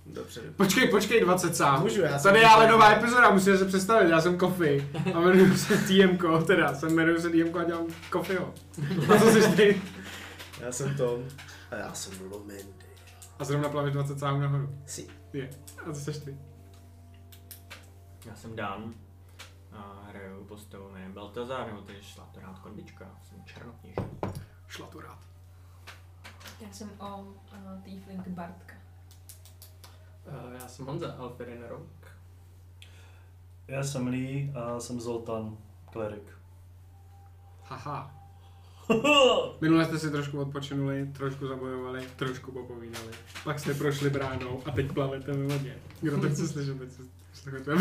Dobře. Počkej 20 sám. Můžu, já Tady je ale nová epizoda, musíme se představit, já jsem Kofi a jmenuji se TMko, jmenuji se TMko a dělám Kofiho. A co jsi ty? Já jsem Tom. A já jsem Lumendy. A zrovna plaveš 20 sám nahoru. Si. Je. A co jsi ty? Já jsem Dan a hraju postavu jménem Baltazar, nebo tedy Šlatorát Konvička, jsem černokněží. Šlatorát. Já jsem Tiefling Bartka. Já jsem Honza, Alferin Rouk. Já jsem Lee a jsem Zoltan, klerik. Haha. Minule jste si trošku odpočinuli, trošku zabojovali, trošku popovídali. Pak jste prošli bránou a teď plavete ve vodě. Kdo to chce slyšet, teď se slyšete.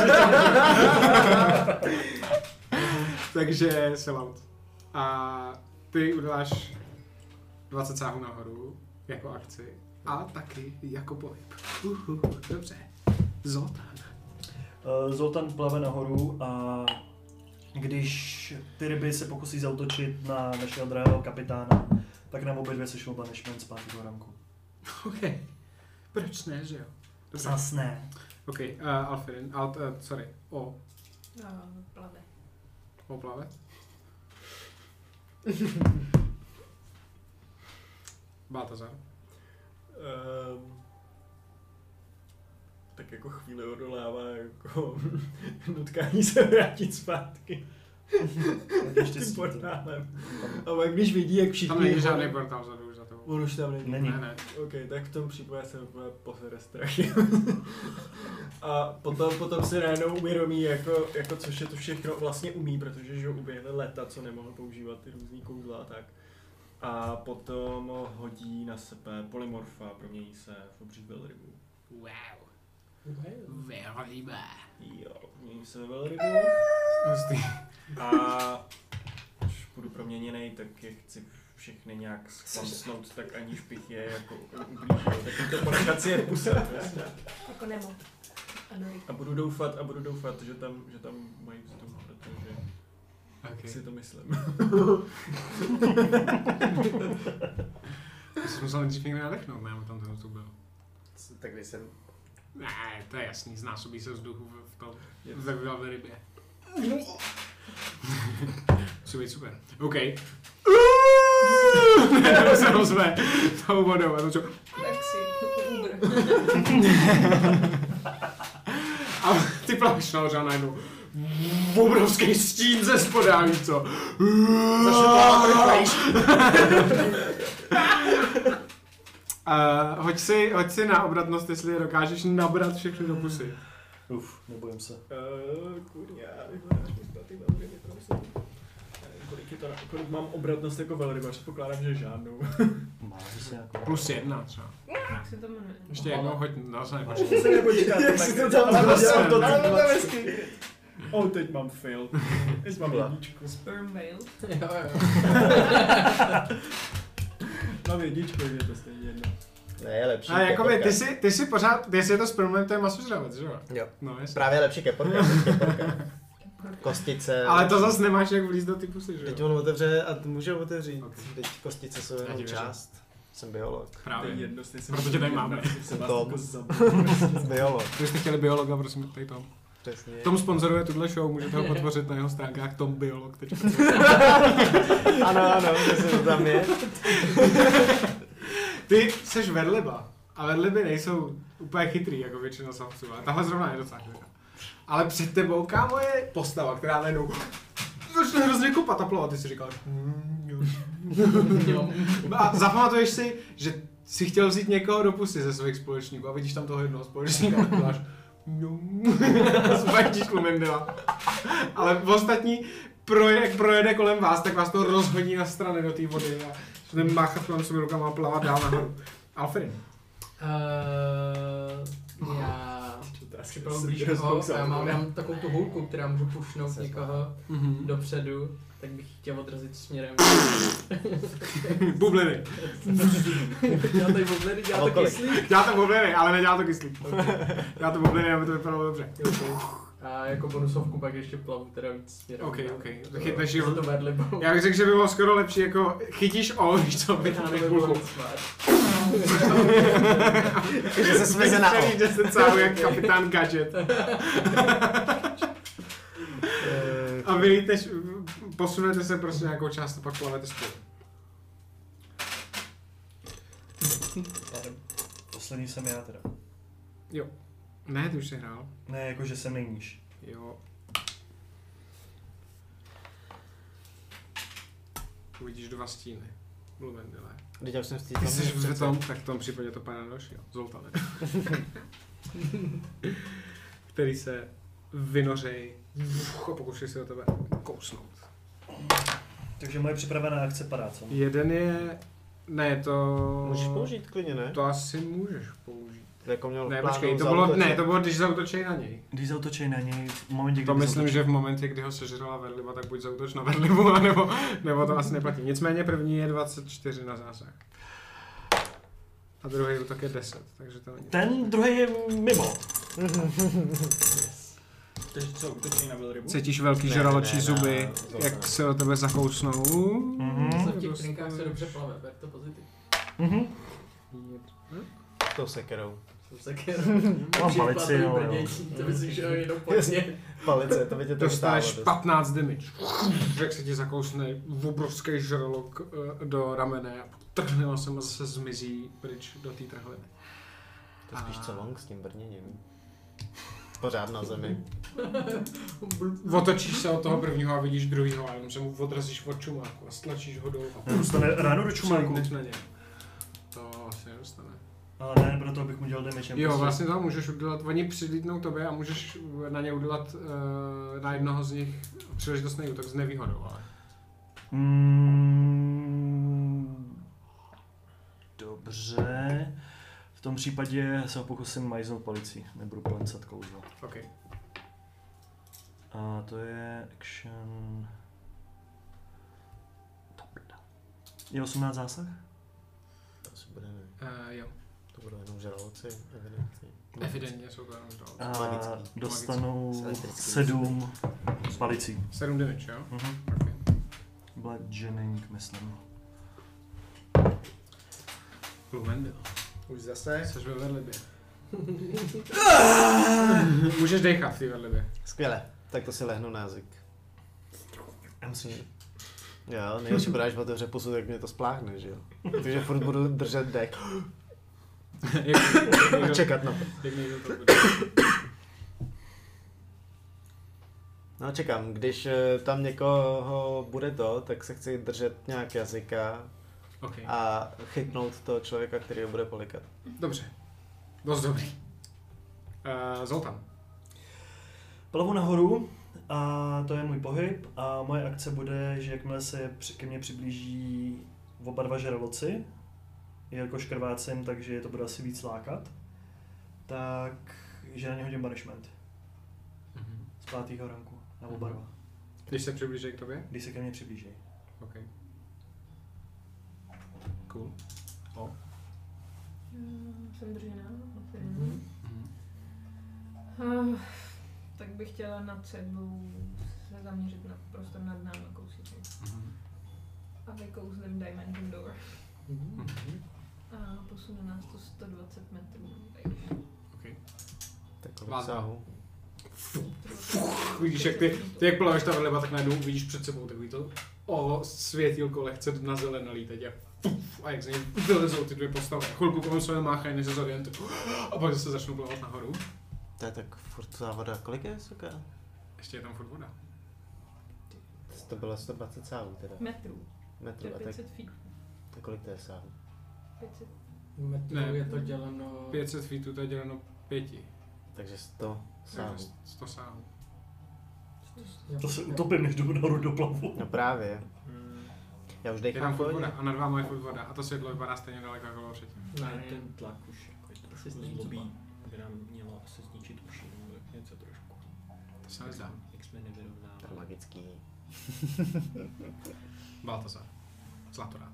Takže sellout. A ty uděláš 20 sáhů nahoru jako akci a taky jako pohyb. Dobře. Zoltán. Zoltan plave nahoru a když ty ryby se pokusí zaútočit na našeho drahého kapitána, tak nám obě dvě sešlo banishment zpátky do ranku. OK. Proč ne, že jo? Dobře. Zas ne. OK, Alfirin, sorry, Plave. O plave? Baltazar. Tak jako chvíli odolává jako nutkání se vrátit zpátky. Tím portálem. Ale když vidí, jak všichni... Tam není žádný portál vzadu už za to. On už tam není. Ne. OK, tak v tom případě se úplně posere strachy. A potom se najednou uvědomí, jako což je to všechno vlastně umí, protože že uběhne leta, co nemohl používat ty různý kouzla a tak. A potom hodí na sebe polymorfa, promění se v obří velrybu. Wow. Velryba. Jo, promění se ve velrybu. Hustý. A až budu proměněnej, tak je chci všechny nějak schvansnout, tak aniž bych je jako ublížil. Tak to ponechat si je v puse. Jako Nemo. A budu doufat, že tam mají vzduch, protože si to myslím. Já jsem musel dřív někde nadechnout, ne? Tam toho tu bylo. Tak když jsem... Ne, to je jasný, znásobí se vzduchu v tom, ve velrybě. Musí být super. OK. Ne, se rozve tou vodou a to čo... Tak si Uber. A ty plavíš nahoře a najednou obrovský stín ze spoda, víš co? Hoď si na obratnost, jestli dokážeš nabrat všechny do pusy. Nebojím se. Kurňa, vypadáš mi staty velryby, prosím. Kolik mám obratnost jako velryba, předpokládám, že žádnou. Máš nějakou. +1 třeba. Jak se to jmenuje? Ještě jednou hoď na Se nepočítáte, Jak si to tam napsal, to tam teď mám fail. Teď mám jedničku. Sperm whale. Jo. Mám jedničku, je to stejně jedno. Ne, je lepší. Ale jakoby, ty si pořád, jestli je to spermem, to je masožravec, že jo? Jo. No, jasně. Právě lepší keporka. Kostice. Ale to zase nemáš jak vlízt do ty pusy, že Teď jo? on otevře a může otevřít. Okay. Teď kostice jsou Já jenom ti věřím. část. Jsem biolog. Právě. jedno, Proto tě tady máme. Tom. Biolog. Kdybyste chtěli biologa, prosím, tady Tom. Přesně. Tom sponzoruje tuhle show, můžete ho podpořit na jeho stránkách tombiolog. Ano, že to tam je. Ty seš vedliba. A vedliby nejsou úplně chytrý, jako většina savců. Ale tahle zrovna je docela chytrá. Ale před tebou, kámo, je postava, která najednou začne hrozně kopat a plovat. Ty si říkáš... A zapamatuješ si, že si chtěl vzít někoho do pusy ze svých společníků a vidíš tam toho jednoho společníka a děláš... Spajtíš Lumendela. Ale v ostatní projede kolem vás, tak vás to rozhodí na strany do té vody a ten máchat kolem sobě rukama a plavat dál nahoru. Alfred. Já připravu blížko a já mám takovou tu hůlku, která můžu pušnout někoho dopředu, tak bych chtěl odrazit směrem. Bubliny. Dělá tady bubliny, dělá to kyslík. Dělá to bubliny, ale nedělá to kyslík. Dělá to bubliny, aby to vypadalo dobře. A jako bonusovku pak ještě plavu teda víc směrem. OK. Chytneš ji. To vedlibou. Já bych řekl, že by bylo skoro lepší, jako chytíš víš co, vytáhneš bulku. Že se smeze na Celý 10 sáhů jak kapitán Gadget. A vy teď posunete se prostě nějakou část a pak plavete spolu. Poslední jsem já teda. Jo. Ne, ty už jsi hrál. Ne, jakože jsem nejníž. Jo. Uvidíš 2 stíny. Blumendile. Teď já už jsem Ty jsi v tom, tak v tom případě to pane dalšího. Zoltane. Který se vynořej a pokouší se o tebe kousnout. Takže moje připravená akce padá, co? Jeden je... Ne, to... Můžeš použít klidně, ne? To asi můžeš použít. Jako měl Ne, v plánu počkej, to bylo, když zautočí na něj. Když zautočí na něj, v momentě, kdy To myslím, že v momentě, kdy ho sežrala Verliba, tak buď zautoč na Verlibu, nebo to asi neplatí. Nicméně první je 24 na zásah. A druhý útok je 10, takže to není. Ten druhý je mimo. Takže co, útočí na velrybu? Cítíš velký Ne, žraločí ne, zuby, ne, jak se o tebe zakousnou. Se v těch trinkách se dobře plave, ber to pozitiv. tou sekerou. Mám palici, jo. To myslíš, že jenom pojďně. Palice, to by tě to Dostaneš stálo. 15 damage. Jak se ti zakousne obrovský žralok do ramene a trhne se a zase zmizí pryč do té trhliny. To je spíš co Long s tím brněním. Pořád na zemi. Otočíš se od toho prvního a vidíš druhýho a jenom se mu odrazíš od čumáku a stlačíš ho dolů. Dostane ráno do čumáku. Na něj. To asi nedostane. Ale ne, proto bych mu dělal damage. Jo, vlastně to můžeš udělat, oni přilítnou tobě a můžeš na ně udělat na jednoho z nich příležitostný útok s nevýhodou, ale... Dobře. V tom případě se ho pokusím majznout policii. Nebudu polencat kouzlo. OK. A to je action... Je 18 zásah? To asi bude ne. Jo. To budou jenom žraloci, evidentně. Evidentně jsou to jenom žraloci. A Magický. dostanou Magický. 7 palicí. 7 damage, jo? Okay. Bludgeoning, myslím. Blumendil. Už zase? Jseš ve Verlibě. Můžeš dechat v té Verlibě. Skvěle. Tak to si lehnu na jazyk. Já myslím, že... Jo, nejlepší bude, až otevře pusu, tak mě to spláchne, že jo. Takže furt budu držet dech a čekat na to. Jak někdo to bude. No čekám, když tam někoho bude to, tak se chci držet nějak jazyka Okay. a chytnout toho člověka, který ho bude polikat. Dobře. Dost dobrý. Zoltán. Plavu nahoru a to je můj pohyb a moje akce bude, že jakmile se ke mně přiblíží oba dva žraloci, jelikož krvácím, takže je to bude asi víc lákat, tak že na ně hodím banishment. Z 5. ranku na oba dva. Když se přiblíží k tobě? Když se ke mně přiblíží. OK. Cool. Jsem držená. Tak bych chtěla nad sebou se zaměřit na prostor nad námi kousíček. A vykouzlím Dimension Door. A posunu nás to 120 metrů. Okay. Tak kolik Vládne. sáhu? Vidíš, jak ty jak plaveš ta Verliba, tak najednou vidíš před sebou takový to světílko lehce na zelenalý teď a jak z něj vylezou ty dvě postavy. Chvilku kolem své máchají, než se zorientují a pak se začnou plavat nahoru. To je tak furt ta voda. Kolik je vysoká? Ještě je tam furt voda. To bylo 120 sáhů teda. Metrů. To Metru. je A tak 500 feet. kolik to je sáhů? 500. Metrů je to děleno... 500 feetů to je děleno 5. Takže 100 sáhů. 100 sáhů. To se utopím, než jdu nahoru do plavu. No právě. Já už Je tam dechám furt pohodě. voda a nad vámi je furt voda a to světlo vypadá stejně daleko jako bylo předtím. Ne, ten tlak už jako je trošku zlobí, aby nám mělo asi zničit uši nebo něco trošku. To se nezdá. Jak jsme nevyrovnávali. To je magický. Baltazar. Zlatorát.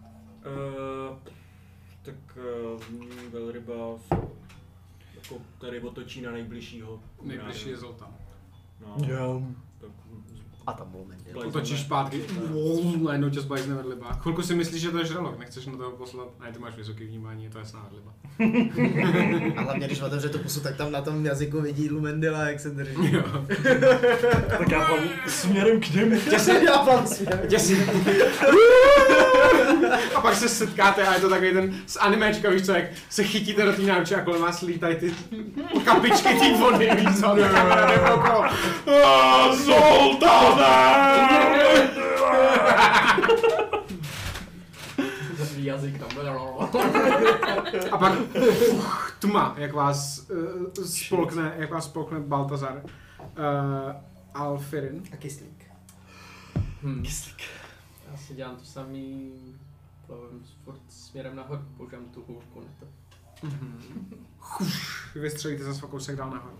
Tak velryba jako tady otočí na nejbližšího. Nejbližší je Zoltán. No, tak A tam Lumendil. Otočíš zpátky, najednou tě zblajzne vedliba. Chvilku si myslíš, že to je žralok, nechceš na toho poslat. Ne, ty máš vysoké vnímání, je to jasná vedliba. A hlavně, když otevře tu pusu, tak tam na tom jazyku vidí Lumendila, jak se drží. Jo. Tak já plavu směrem k němu. Já plavu směrem. A pak se setkáte a je to takový ten z animéčka, víš co, jak se chytíte do té náruče a kolem vás lítají ty kapičky té vody, víš co, ta kamera jde okolo. Zoltáne! Zatvý jazyk tam. A pak tma, jak vás spolkne Baltazar. Alfirin. A kyslík. Kyslík. Já si dělám to samý, plavím furt směrem nahoru, používám tu hůlku na to. Vystřelíte zase o kousek dál nahoru.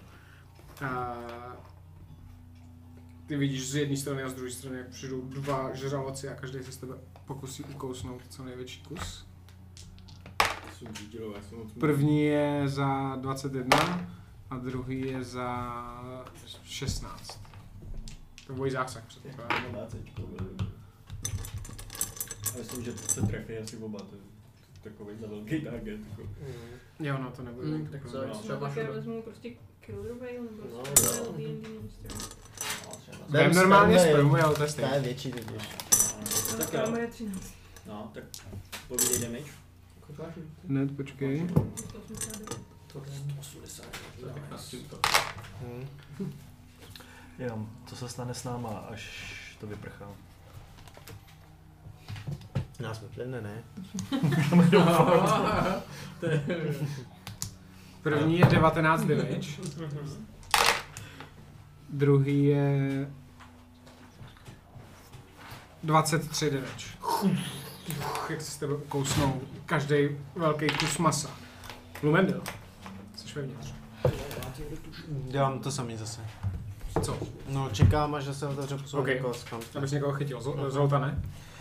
Ty vidíš z jedné strany a z druhé strany, jak přijdou dva žraloci a každý se z tebe pokusí ukousnout co největší kus. První je za 21 a druhý je za 16. To je zásah předpokládám. Já myslím, že se trefí asi oba, to je takový na velký target. Jo, no to nebude. Tak co, Třeba já vezmu prostě Killer Whale nebo D&D monster. Vem normálně sprmu, ale to je stejný. To je větší totiž. Tak Ale jo. moje 13. No, tak povídej damage. Ne, počkej. 180. Jenom, co se stane s náma, až to vyprchá. Nás vyplyne, ne? První je 19 damage. Druhý je 23 damage. Jak se s tebe kousnou každý velký kus masa. Lumendil, jsi vevnitř. Dělám to samý zase. Co? No, čekám, až se otevře pusu. Okay. Abys někoho chytil. Zoltane?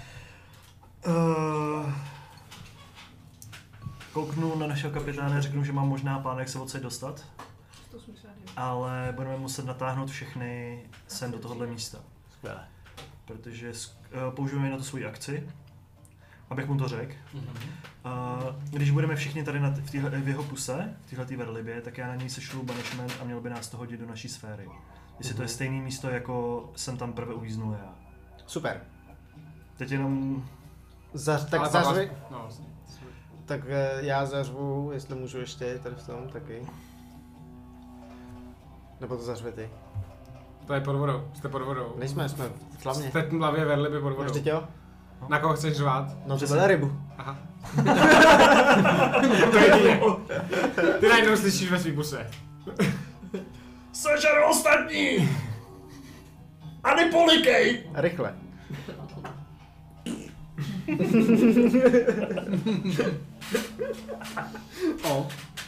Kouknu na našeho kapitána, řeknu, že mám možná plán, jak se odsud dostat. 189. Ale budeme muset natáhnout všechny sem do tohohle místa. Skvěle. Protože použijeme na to svoji akci, abych mu to řekl. Když budeme všichni tady v jeho puse, v téhletý velrybě, tak já na něj sešlu banishment a měl by nás to hodit do naší sféry. Jestli to je stejné místo, jako jsem tam prvé uvíznul já. Super. Teď jenom... Tak zařvi. No, Tak já zařvu, jestli můžu ještě tady v tom taky. Nebo to zařvi ty. to je pod vodou, jste pod vodou. Nejsme, jsme v tlavně. Jste tmavě vedliby pod vodou. Vždyť jo? Na koho chceš řvát? No to byla rybu. Aha. To je jedině. Ty najednou slyšíš ve svý puse. Sežeru ostatní! A nepolikej! Rychle. O.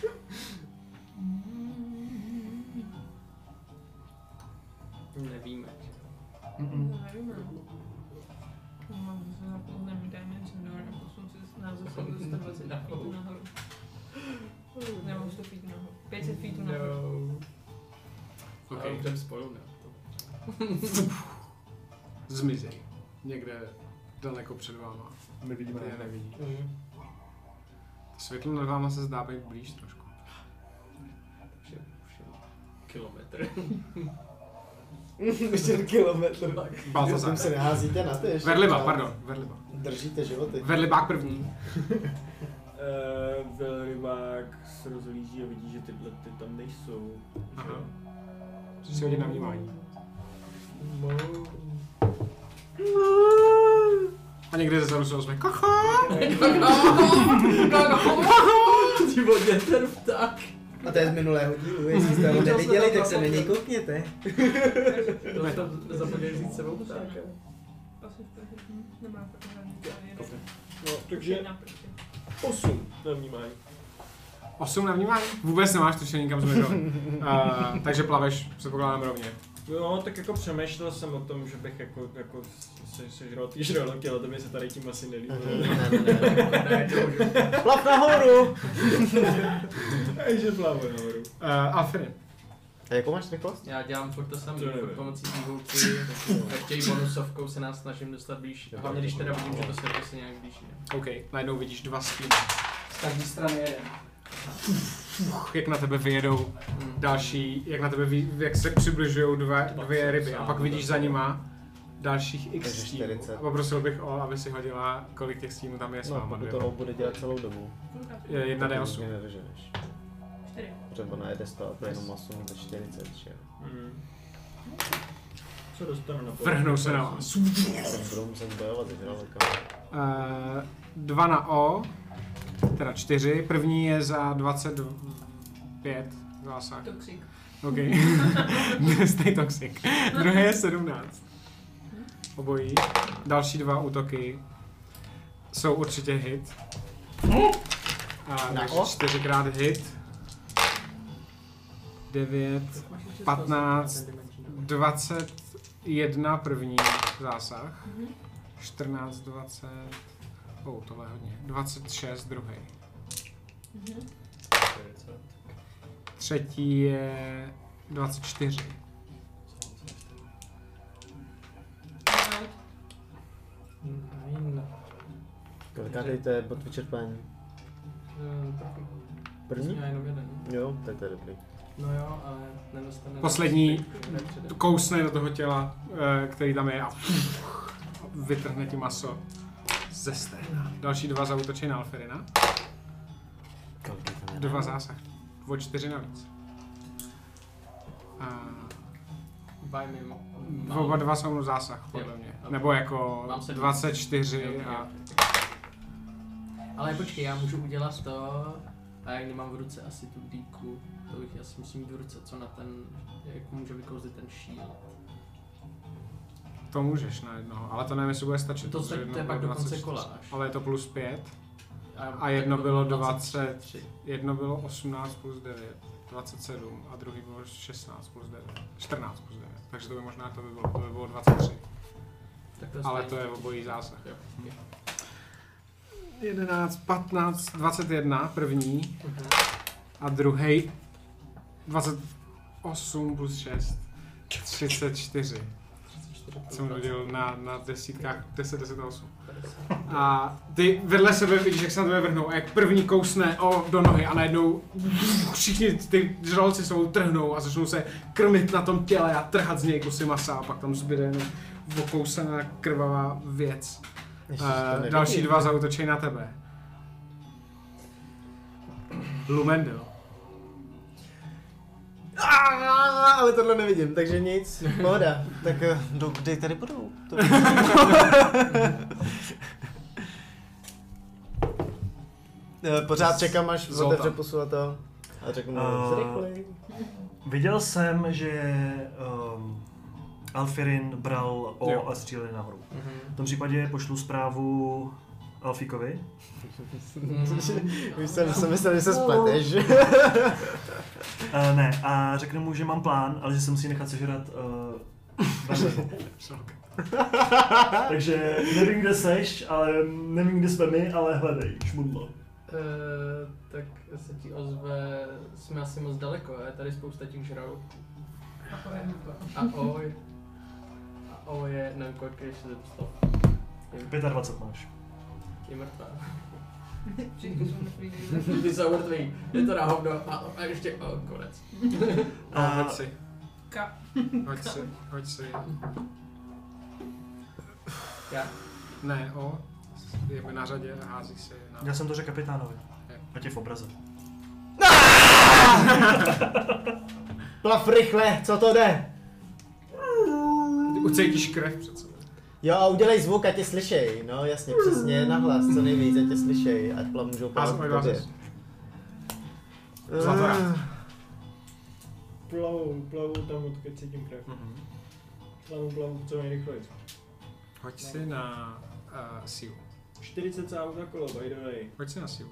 Nevíme. Nevíme. Mám zase zapomněl dimension door a posun si nás zase do 120 feetů nahoru. Nemám 100 feetů nahoru. 500 feetů nahoru. Okay. Ale budem spolu, ne? Zmizej. Někde daleko před váma. My vidíme Ty je nevidí. Světlo nad váma se zdá být blíž trošku. Takže už je kilometr. Ještě kilometr. Baltazar. Tam se neházíte na ty ještě. Vedliba, pardon. Vedliba. Držíte životy. Vedlibák první. Velrybák se rozhlíží a vidí, že tyhle ty tam nejsou. Aha. Musíš si hodit na vnímání. A někde ze zadu se ozve kaka. Ty vodě, ten vták. A to je z minulého dílu, jestli jste ho neviděli, tak se na něj koukněte. To nezapomněli vzít sebou vták. Asi v první nemá fakt žádný tady. No, takže 8 na vnímání. 8 na vnímání? Vůbec nemáš tušení, kam jsme šli. Takže plaveš, předpokládám rovně. No, tak jako přemýšlel jsem o tom, že bych jako sežral ty žraloky, ale to by se tady tím asi nelíbilo. Ne. Plav nahoru! Takže plavu nahoru. Alfirin. A jakou máš rychlost? Já dělám furt to samé, To nevím. pomocí té hůlky, každý bonusovkou se nás snažím dostat blíž. Hlavně když teda vidím, že to světlo se nějak blíží. OK, najednou vidíš 2 stíny. Z každé strany jeden. Jak na tebe vyjedou další, jak se přibližují dvě ryby a pak vidíš za nima dalších x Takže stínů. 40. A poprosil bych aby si hodila, kolik těch stínů tam je s No, váma pokud dvěma. to bude dělat celou dobu. Je 1d8. Mě nedoženeš. 4. Třeba na jede stát jenom masu za 40, že jo. Co dostanu na Vrhnou se na vás. Tak budou muset bojovat se žralokama. 2 na O, teda 4. První je za 25 zásah. Toxik. OK. Stay toxic. Druhý je 17. Obojí. Další 2 útoky jsou určitě hit. A takže 4x hit. 9, 15, 21 první zásah. 14, 20, tohle je hodně. 26 druhý. Třetí je 24. Kolikátej to je bod vyčerpání? První? Já jenom jeden. Jo, tak to je dobrý. No jo, ale nedostane... Poslední kousne do toho těla, který tam je a vytrhne ti maso ze stehna. Další 2 zaútočí na Alferina. 2 zásah. O 4 navíc. Oba 2 jsou zásah, podle mě. Nebo jako 24 a... Ale počkej, já můžu udělat to, a jak nemám v ruce asi tu díku, to bych asi musím mít v ruce, co na ten, jak může vykouzlit ten shield. To můžeš na jednoho, ale to nevím, jestli bude stačit. To je pak do konce kola až. Ale je to plus 5 a jedno bylo 20, jedno bylo 18 plus 9, 27 a druhý bylo 16 plus 9, 14 plus 9, takže to by možná to by bylo 23. Tak to ale to je obojí zásah. Jo. 11, 15, 21 první a druhý 28 plus 6, 34. Jsem hodil na desítkách 10, 10 a 8. A ty vedle sebe vidíš, jak se na tebe vrhnou a jak první kousne do nohy a najednou všichni ty žraloci sebou trhnou a začnou se krmit na tom těle a trhat z něj kusy masa a pak tam zbyde jenom okousaná krvavá věc. Další 2 zaútočí na tebe. Lumendil. Ale tohle nevidím, takže nic, pohoda. Tak kdy tady budou? Pořád čekám, až otevře pusu a to. A řeknu mu, zrychlej. Viděl jsem, že Alfirin bral O a stříleli nahoru. V tom případě pošlu zprávu Alfíkovi. Už jsem myslel, že se spleteš. Ne, a řeknu mu, že mám plán, ale že se musí nechat sežrat Takže nevím, kde seš, ale nevím, kde jsme my, ale hledej, šmudlo. Tak se ti ozve, jsme asi moc daleko, je tady spousta těch žralů. A O je, nevím kolik je, 60. 25 máš. Je mrtvá. Všichni jsou mrtví. Ty jsou mrtví, je to na hovno a ještě konec. Hoď si. Hoď si. Já? Ne, je na řadě a hází si na... Já jsem to řekl kapitánovi. Ať je v obraze. Plav rychle, co to jde? Ty ucítíš krev před sebou. Jo, a udělej zvuk, ať tě slyšej. No jasně, přesně, nahlas, co nejvíc, ať tě slyšej. Ať můžou plavat v tobě. Zlatorad. Plavu tam, odkud cítím krev. Plavu co nejrychleji. Hoď si na sílu. 40 sám za kolo, by the way. Hoď si na sílu.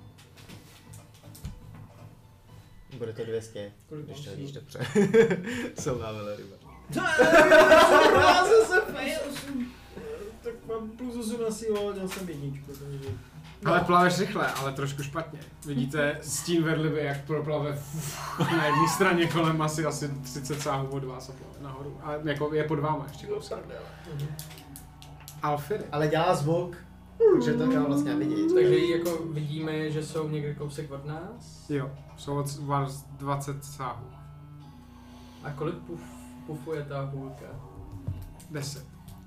Bude to 200, Kolik když to mám hodíš sílu? dobře. Silná veleryba. Já zase fail. Tak mám mám plus 8 na sílu, ale dělal jsem jedničku, takže... Ale plaveš rychle, ale trošku špatně. Vidíte stín vedlivý, jak proplave na jedné straně kolem asi 30 sáhů od vás a plave nahoru. A jako je pod váma ještě kousek. Alfiry. Ale dělá zvuk, takže to dá vlastně vidět. Takže jako vidíme, že jsou někde kousek od nás. Jo, jsou od vás 20 sáhů. A kolik pufuje ta hůlka? 10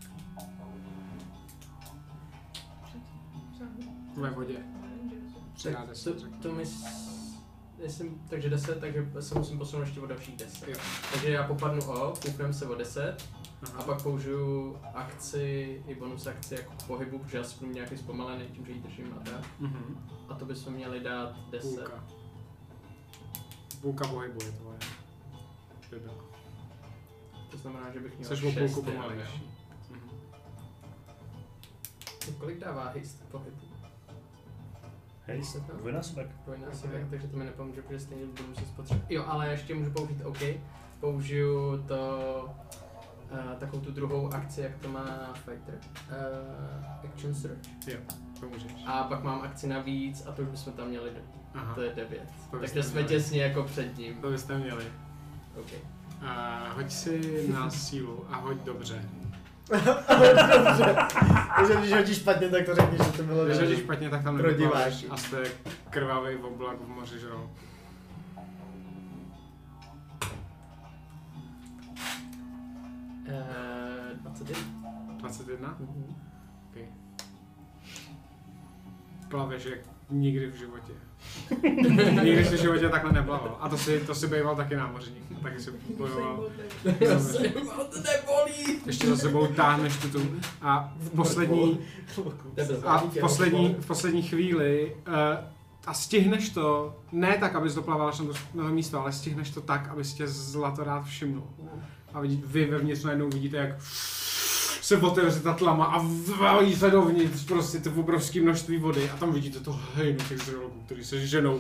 ve vodě. Přidá 10, řeknu. To takže 10, takže se musím posunout ještě o dalších 10. Jo. Takže já popadnu pufnem se o 10 Aha. a pak použiju akci i bonus akci jako k pohybu, protože já jsem nějaký zpomalený tím, že ji držím a tak. Mhm. A to bychom měli dát 10. Půlka. Půlka pohybu je tvoje. By byla. To znamená, že bych měl Což o 6. půlku pomalejší. Mhm. Kolik dává haste pohybu? Hej, dvojnásobek. Dvojnásobek, takže to mi nepomůže, protože stejně budu muset spotřebovat. Jo, ale ještě můžu použít OK. Použiju to takovou tu druhou akci, jak to má Fighter. Action Search. Jo, to můžeš. A pak mám akci navíc a to už bychom tam měli, Aha, to je 9. To byste Takže jsme měli. těsně jako před ním. to byste měli. OK. Hoď si na sílu a hoď dobře. Takže když hodíš špatně, tak to řekni, že to bylo Když dobře. hodíš špatně, tak tam Pro nepoplaveš diváky. a jste krvavý oblak v moři žrou. Uh, 21. 21? Mhm. Okay. Plaveš jak nikdy v životě. Nikdy jsi v životě takhle neplaval. A to si býval taky námořník. Taky si bojoval. To nebolí! Ještě za sebou táhneš tu a v poslední chvíli a stihneš to, ne tak, abys doplaval až na to místo, ale stihneš to tak, abys tě zlatorát všimnul. A vy vevnitř najednou vidíte, jak se otevře ta tlama a valí se dovnitř prostě to obrovské množství vody a tam vidíte to hejno těch žraloků, který se ženou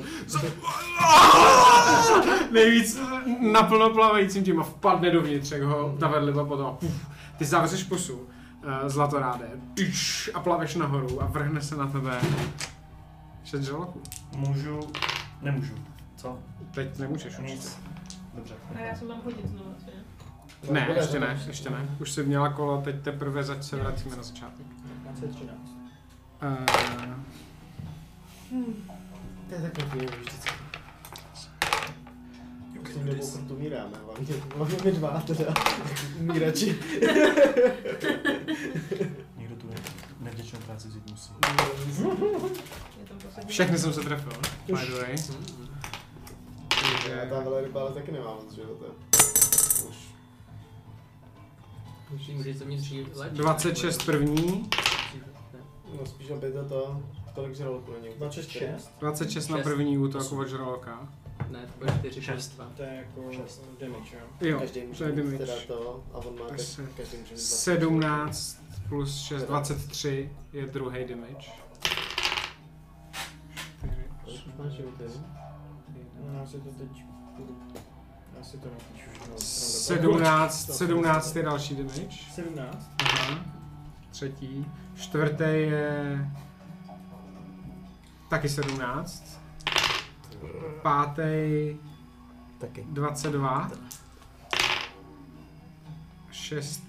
nejvíc naplno plavajícím tím a vpadne dovnitř, jak ho ta vedliva potom a puf, ty zavřeš pusu zlatoráde a plaveš nahoru a vrhne se na tebe 6 žraloků. Nemůžu. Co? Teď nemůžeš určitě. Nic. Dobře. A já se mám hodit znovu, co ne? Ne, ještě ne. Už jsi měla kolo, teď teprve se vracíme na začátek. 13. To je takový vždycky. S tím dobou furt umíráme, hlavně my dva teda, umírači. Někdo tu nevděčnou práci vzít musí. Je tam poslední. Všechny jsem se trefil, by the way. Já ta velryba ale taky nemám moc života. Už. Můžeš se mě dřív léčit. 26 první, No spíš aby to kolik žraloků na něm. 26. 26 na první útok od žraloka. Ne, to bude 4, 6. 6, 2. To je jako 6. damage, jo? Jo, Každý to může je mít damage. teda to a on má Asi každý může mít 17 plus 6, 23 je druhý damage. Kolik už máš životy? No, já si to teď budu... Já si to napíšu. 17 je další damage. 17. Aha. Třetí. Čtvrtý je taky 17. Pátý Taky. 22. Šestý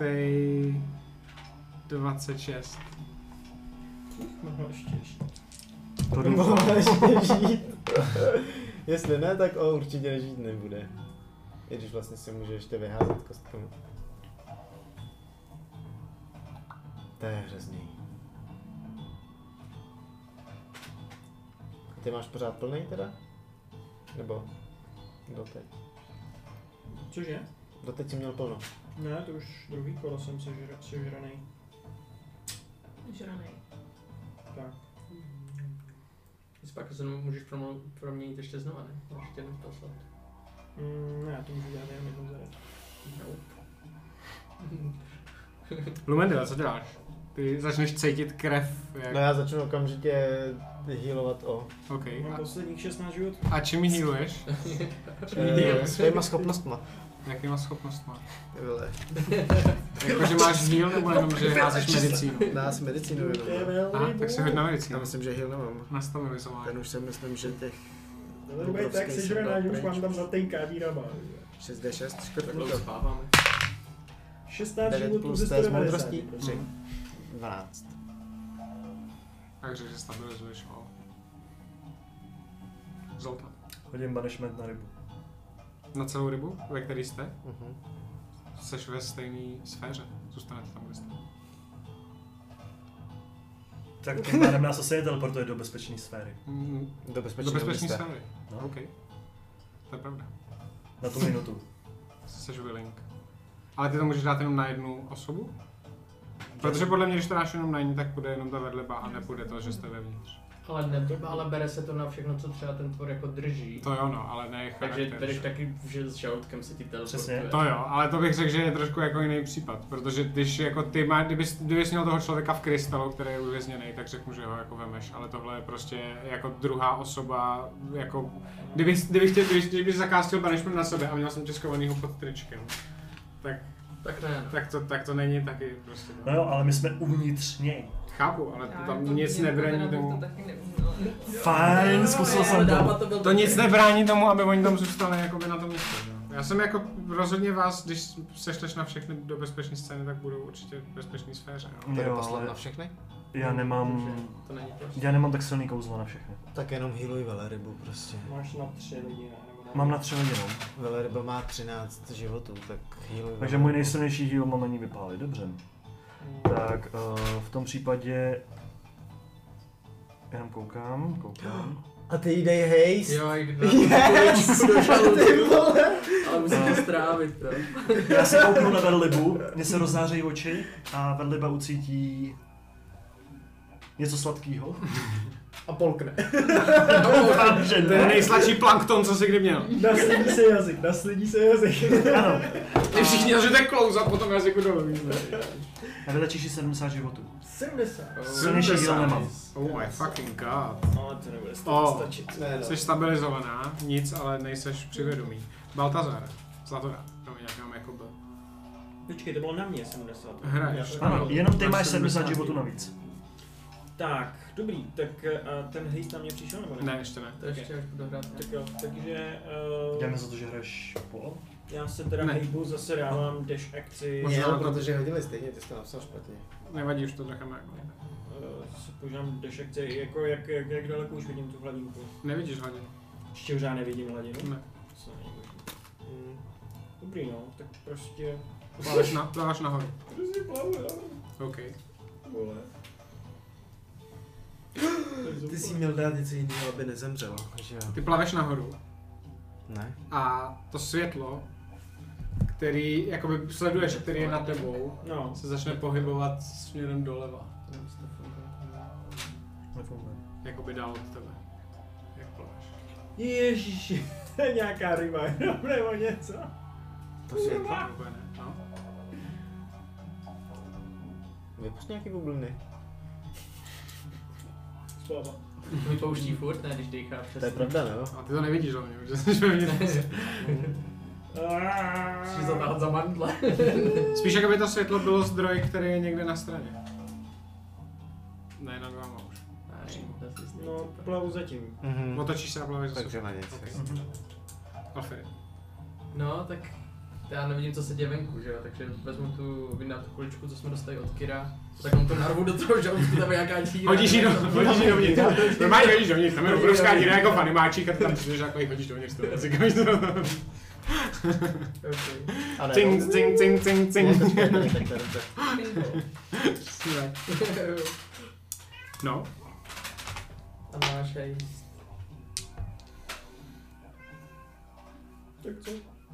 26. Mohla ještě žít. To Mohla ještě žít. Jestli ne, tak určitě žít nebude. I když vlastně si může ještě vyházet kostkami. To je hrozný. Ty máš pořád plný teda? Nebo doteď? Cože? Doteď jsi měl plno. Ne, to už druhý kolo jsem sežranej. Žranej. Tak. Pak se můžeš proměnit ještě znova, ne? Můžeš tě poslat. Ne, to můžu dělat jenom jednou za rok. Lumendil, co děláš? Ty začneš cítit krev. Jak... No já začnu okamžitě healovat o... Okay. Mám posledních 16 životů. A čím mi healuješ? Svýma schopnostma. Jakýma schopnostma? Ty vole. Jako, že máš heal, nebo jenom, že házíš medicínu? Nás medicínu jenom. Aha, tak si hoď na Já medicínu. myslím, že heal nemám. Na stabilizování. Ten už si myslím, že těch... To bude tak sežraná, že už mám tam zatenká dírama. 6d6, Tak škrtnu to to. spáváme. 16 9 životů plus ze té z 190. moudrostí. 3. 12. Takže že stabilizuješ o... Zoltán. Hodím banishment na rybu. Na celou rybu, ve které jste? Mhm. Seš ve stejné sféře. Zůstanete tam, kde jste. Tak tím pádem nás asi teleportuje do bezpečné sféry. Do Do bezpečného bezpečné místa. sféry. No. OK. To je pravda. Na tu minutu. Seš willing. Ale ty to můžeš dát jenom na jednu osobu? Protože podle mě, když to dáš jenom na ní, tak půjde jenom ta vedleba a nepůjde to, že jste vevnitř. Ale bere se to na všechno, co třeba ten tvor jako drží. To jo, no, ale ne Takže charakter. bereš taky, že s žaludkem se ti teleportuje. Přesně. To jo, ale to bych řekl, že je trošku jako jiný případ, protože když jako ty má, kdybys měl toho člověka v krystalu, který je uvězněný, tak řeknu, že ho jako vemeš, ale tohle je prostě jako druhá osoba, jako kdybych zakástil banishment na sebe a měl jsem tiskovanýho pod tričkem, Tak ne. tak to není taky prostě. No jo, ale my jsme uvnitř něj. Chápu, ale Já tam jako nic mě nebrání bych tomu. to taky neuměla. Fajn, zkusil jsem to. byl To nic nebrání tomu, aby oni tam zůstali jakoby na tom místě. Já jsem jako rozhodně vás, když sešleš na všechny do bezpečné scény, tak budou určitě v bezpečné sféře. Jo. Tedy Jo, poslat ale na všechny? já nemám, To není prostě. já nemám tak silný kouzlo na všechny. Tak jenom healuj velerybu prostě. Máš na 3 lidi, ne? Mám na 3 lidi, no. Veleryba má 13 životů, tak healuj Takže můj nejsilnější heal mám na ní vypálit, dobře. Tak v tom případě jenom koukám. A ty jí dej hejst. Jo, jde na Yes! do žaludku. Ty vole! Ale musíte strávit to. Já si kouknu na Vedlibu, mně se rozzářejí oči a Vedliba ucítí něco sladkého. A polkne. To je nejsladší plankton, co jsi kdy měl. Naslidí se jazyk. Ano. Ty všichni zažijete klouzat po tom jazyku dolů. A vylečíš 70 životů. 70. Silnější heal nemám. Oh my fucking god. Ale to nebude stačit. Ne, no. Jsi stabilizovaná, nic, ale nejseš přivědomý. Baltazar, Zlatora, jak mám jako byl. Počkej, to bylo na mě 70. Hraješ. Ano, jenom ty máš Máš 70 70 životů navíc. Tak, dobrý, tak a ten hejst na mě přišel nebo ne? Ne, ještě ne. To ještě až budu hrát. Tak jo, takže Děláme za to, že hraješ polo? já se teda Ne. hejbu, zase dávám dash akci, Možná Měl, to- protože hodili stejně, ty jsi to napsal špatně. Nevadí, už to necháme jako. si používám dash akci, jako jak daleko už vidím tu hladinku. Nevidíš hladinu? Ještě pořád nevidím hladinu? Ne. Co není možný. Dobrý no, tak prostě... Pláváš nahoru. Prostě plavu, jo. OK. Vole. Ty jsi měl dát něco jiného, aby nezemřel, že jo? Ty plaveš nahoru Ne? a to světlo, který jakoby sleduješ, který je nad tebou, No, se začne pohybovat směrem doleva. Nefunguje. Jakoby dál od tebe. Jak plaveš. ježiši, to je nějaká ryba, jenom nebo něco. To světlo? Úplně ne, no. Vypust nějaký bubliny. Spava. To mi pouští furt, ne, když dýchá přes. To je pravda, no. A ty to nevidíš hlavně, protože jsi vevnitř. Musíš zatáhat za mandle. Spíš jakoby to světlo bylo zdroj, který je někde na straně. Ne, nad váma už. No, plavu zatím. Mhm. Otočíš se a plaveš zase. Takže na nic. Okay. Mhm. Alfred. No, tak já nevidím, co se děje venku, že jo, takže vezmu tu, vyndám tu kuličku, co jsme dostali od Kira, tak on to narvu do toho žaludku, tam je nějaká díra. Hodíš ji dovnitř. Normálně hodíš dovnitř, tam je obrovská díra jako fanimáčík a ty tam přijdeš jako jí hodíš dovnitř. A ne, Cing, cing, cing, cing, cing. Tak to je dobře. No, A máš hejst. Tak co?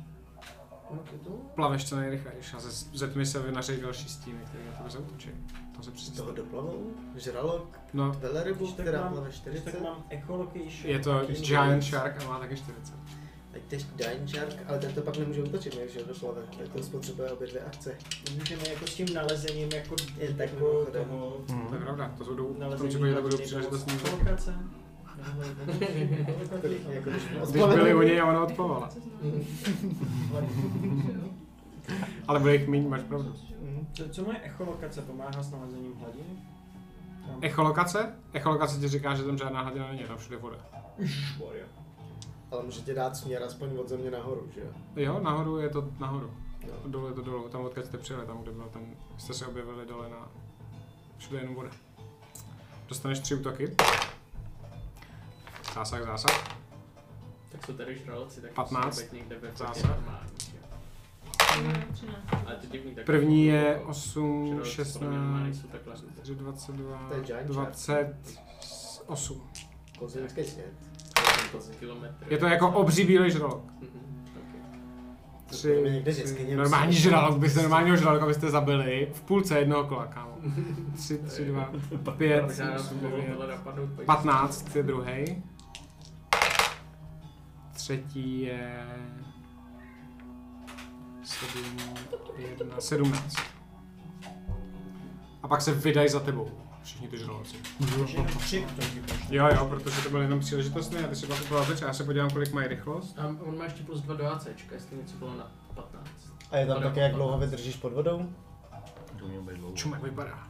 plaveš co nejrychlejš a ze tmy se vynařejí další stíny, které na tebe zaútočí. To se Toho přistane. doplavou, žralok, No, velerybu, Když tak která mám- plave Když 40. tak mám echolocation. je to Taky Giant nic. Shark a má taky 40. Ať teď Giant Shark, ale ten to pak nemůže útočit, než ho doplave. Tak to spotřebuje obě dvě akce. Můžeme jako s tím nalezením jako Je tak jako mimochodem. toho To je pravda, to jsou v tom nalezení případě to budou hladiny příležitostní. toho kolokace. Když byli u něj a ona odpovala. Ale bude jich míň, máš pravdu. Co moje echolokace pomáhá s nalezením hladiny? Echolokace? Echolokace ti říká, že tam žádná hladina není, tam všude voda. Ježišmarja. Ale můžete dát směr aspoň od země nahoru, že jo? Jo, nahoru je to nahoru. Jo. Dole je to dolů, tam odkud jste přijeli, tam kde byl ten, jste se objevili dole na, všude jenom voda. Dostaneš 3 útoky. Zásah. Tak jsou tady žraloci, tak 15. musí být někde ve Zásah. normální, že jo. Ale to divný, tak První je jako 8, žraloci podle mě normální 16, jsou takhle. 4, 22, To je giant 28. Kozmický svět. Kilometr. Je to jako obří bílej žralok. To je někde 3, vždycky normální žralok, byste normálního žraloka byste zabili v půlce jednoho kola, kámo. 3, 2, 5, 8, 9, 15 je druhý. Třetí je 17. A pak se vydají za tebou. Všichni ty žraloci. Jo, protože to byl jenom příležitostný a ty si pak udělal teď. Já se podívám, kolik mají rychlost. A on má ještě plus 2 do ACčka, jestli něco bylo na 15. A je tam také, jak dlouho vydržíš pod vodou? To mělo být dlouho. Čum, jak vypadá.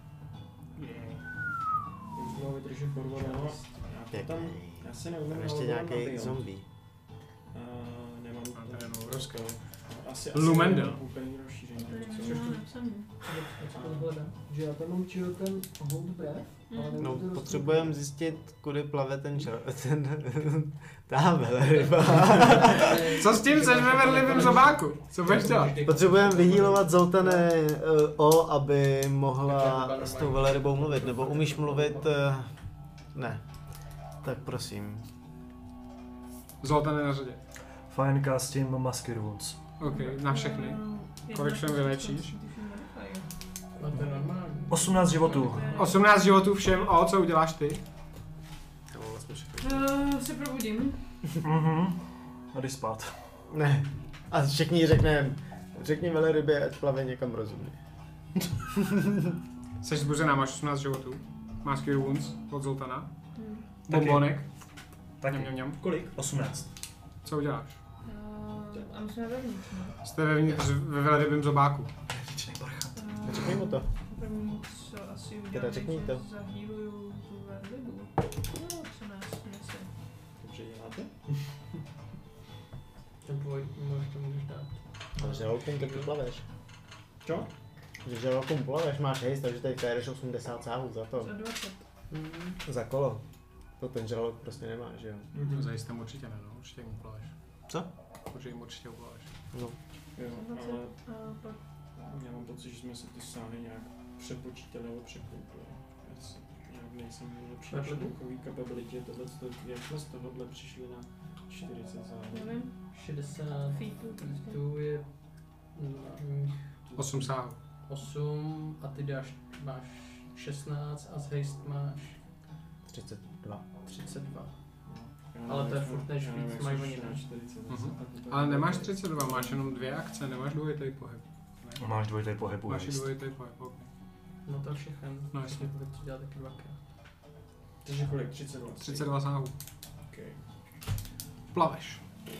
Už bylo vydržet pod vodou. Já se neumím Ještě nějaký zombie. Nemám A to je obrovské. asi Lumendel. úplně rozšíření. Že já tam mám ten hold breath, ale No, nemůžu to potřebujeme zjistit, kudy plave ta velryba. Co s tím seš ve vedlivém zobáku? Co budeš dělat? Potřebujeme vyhýlovat Zoltane aby mohla s tou velrybou mluvit, nebo umíš mluvit? Ne. Tak prosím. Zoltán je na řadě. Fine, castím Masker Wounds. OK, na všechny. Kolik všem vylečíš? No to je normální. 18 životů. 18 životů všem, a co uděláš ty? Se probudím. A jdi spát. Ne. A všichni řekni velrybě, ať plave někam rozumně. Seš zbuzená, máš 18 životů. Máš Cure Wounds od Zoltana. Taky. Bombonek. Taky. Mňam. Kolik? 18. Co uděláš? A my jsme vevnitř, no. Jste ve velrybém zobáku. Řekni mu to. První, co asi Teda udělám, řekni je, to. že zahýluju tu velrybu. No, co nás nese. Dobře děláte? Ten tvoj, to můžeš dát. Ale žralokům taky plaveš. Čo? Že žralokům plaveš, máš hejst, takže tady férdeš 80 sávů za to. Za 20. Za kolo. To ten žralok prostě nemá, že jo? Zajisté určitě ne, no. Určitě jim uplaveš. Co? Určitě jim určitě uplaveš. No. Jo, Za 20 ale a pak já mám pocit, že jsme si ty sáhy nějak přepočítali nebo překoupili. Já si nějak nejsem nejlepší na šluchový kapabilitě, jak jsme z tohohle přišli na 40 záhod. nevím, 60 feetů prostě. feetů je 8 sáhů. 8 a ty máš 16 a z haste máš 32. 32. Ale to je furt než víc mají oni, ne? 40 Ale nemáš 32, máš jenom 2 akce, nemáš dvojitý pohyb. Ne? Máš dvojitý pohyb u Máš i haste. dvojitý pohyb, ok. No to je všechno. No jasně. Tak to dělá taky dvakrát. Takže kolik? 32? 32 sáhů. Okay. Plaveš.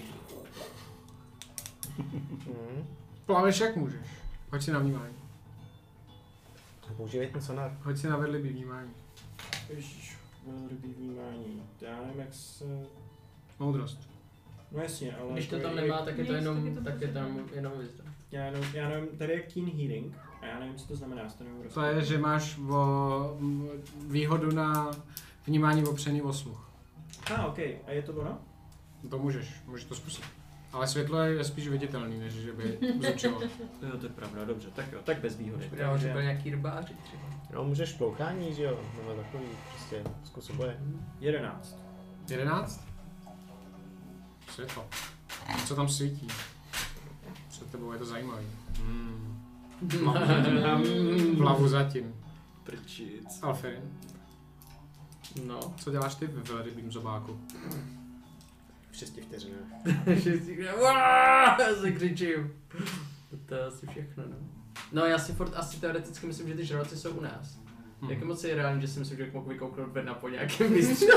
Plaveš jak můžeš. Hoď si na vnímání. Používej ten sonar. Hoď si na vedlivý vnímání. Ježiš, velrybý vnímání. Já nevím, jak se... Moudrost. No jasně, ale... Když to jako tam jak- nemá, tak je to Nic, jenom, tak je to tak je prostě tam jenom wisdom. Já nevím, tady je keen hearing a já nevím, co to znamená, já si to nevím To je, že máš výhodu na vnímání opřený o sluch. OK. A je to ono? To můžeš to zkusit. Ale světlo je spíš viditelný, než že by zúčilo. Jo, to je pravda, dobře, tak jo, tak bez výhody. Já že byl nějaký rybáři třeba. No, můžeš plouchání, že jo? Nebo takový, prostě zkus oboje. 11. 11? Světlo. Co tam svítí? Před tebou je to zajímavý. Plavu zatím. Prčic. Alfirin, No. co děláš ty ve velrybým zobáku? V 6 vteřinách. Já se křičím. To je asi všechno, no. No já si furt asi teoreticky myslím, že ty žraloci jsou u nás. Jak moc je reálný, že si myslím, že mohl vykouknout Verna po nějakém výstřelu?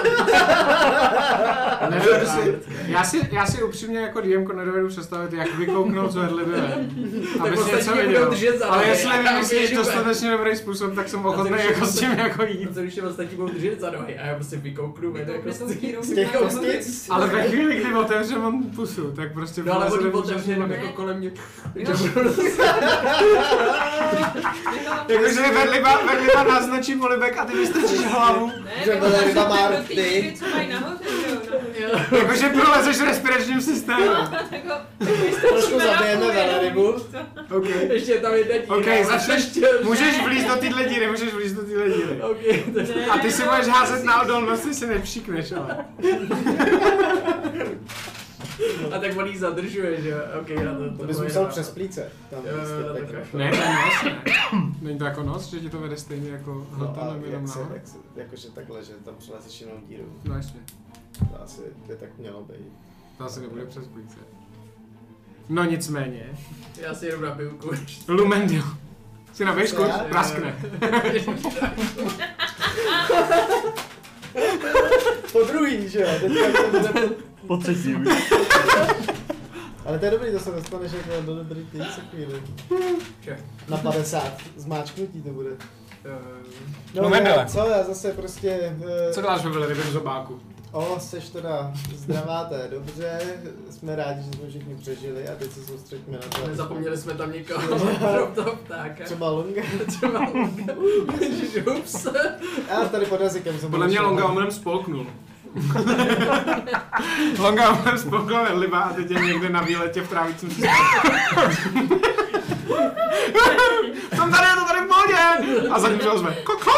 Já si upřímně jako DMko nedovedu představit, jak vykouknout zvedlivě ven. Aby si něco budou viděl. držet za Ale nohy jestli a vymyslíš běžu ven. dostatečně dobrý způsob, tak jsem ochotný jako s tím jako jít. Co když je ostatní budou držet za nohy a já prostě vykouknu ven jako Z těch kostic? Ale ve chvíli, kdy otevře on pusu, tak prostě No ale vleze oni dovnitř otevře jenom vody. jako kolem mě. Jakože vedliba naznačí polibek a ty vystrčíš hlavu. Že veleryba má do té rty. díry, co mají nahoře, že jo? Jakože prolezeš respiračním systémem. Trošku zabijeme velerybu. OK. Ještě je tam jedna díra. OK, začneš, můžeš vlízt do téhle díry, OK, to A ty si budeš házet na odolnost, ty si nepšikneš, ale. A tak on jí zadržuje, že jo? OK, na to. To bys musel přes plíce. Tam Jo, prostě tak tak. Ne, to je nos, ne. Není to jako nos, že ti to vede stejně jako No hlta a nebo jenom nahoru? jakože takhle, že tam přelezeš jinou díru. No jasně, To asi by tak mělo být. to asi nebude přes plíce. No nicméně, Já si jenom nabiju kurč. Lumendil. Si nabiješ kurz, Já? praskne. Po druhý, že jo? Teďka to bude Po třetí už. Ale to je dobrý, to se dostaneš jako do dobrý týd se chvíli. Že? Na 50 zmáčknutí to bude. No, já, Mendele. co, já zase prostě... Co děláš ve velerybém zobáku? Seš teda zdraváte, dobře, jsme rádi, že jsme všichni přežili a teď se soustřeďme na to. Nezapomněli jsme tam někoho, krom toho ptáka. Třeba Longa. Třeba Longa. Ježiš, ups. Já tady pod jazykem jsem... Podle mě Longa omylem spolknul. Longa omylem spolknul vedliba a teď je někde na výletě v trávícím systému. Jsem tady, je to tady v pohodě! A za ním se ozve koko!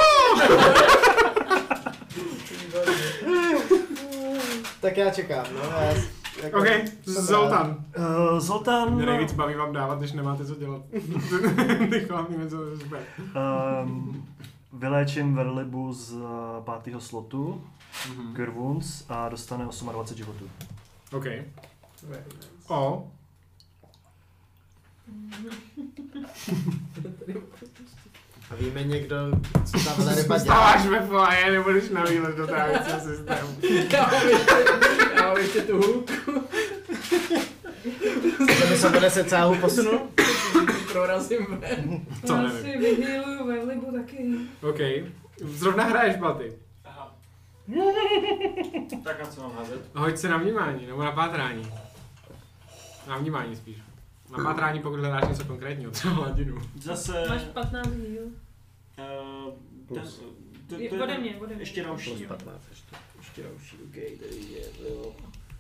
Tak já čekám, no. Já, jako, OK, jsem Zoltán. Zoltán... Mě nejvíc baví vám dávat, když nemáte co dělat. Ty hlavně něco super. Vyléčím Verlibu z 5. slotu, Cure Wounds, a dostane 28 životů. OK. O. A víme někdo, co ta veleryba dělá? Stáváš ve foaje, nebudeš na výlet do trávicího systému. Já mám ještě tu hůlku. To by se bude se cáhu posunul? Prorazím ven. To Já nevím. si vyhýluju velrybu taky. OK. Zrovna hraješ, Baty. Tak na co mám házet? Hoď se na vnímání, nebo na pátrání. Na vnímání spíš. Na pátrání, pokud hledáš něco konkrétního, třeba hladinu. Zase... Máš 15 díl. Plus. Ode mě. Ještě další. Plus jo. 15 ještě. Ještě další, OK, tady je, jo.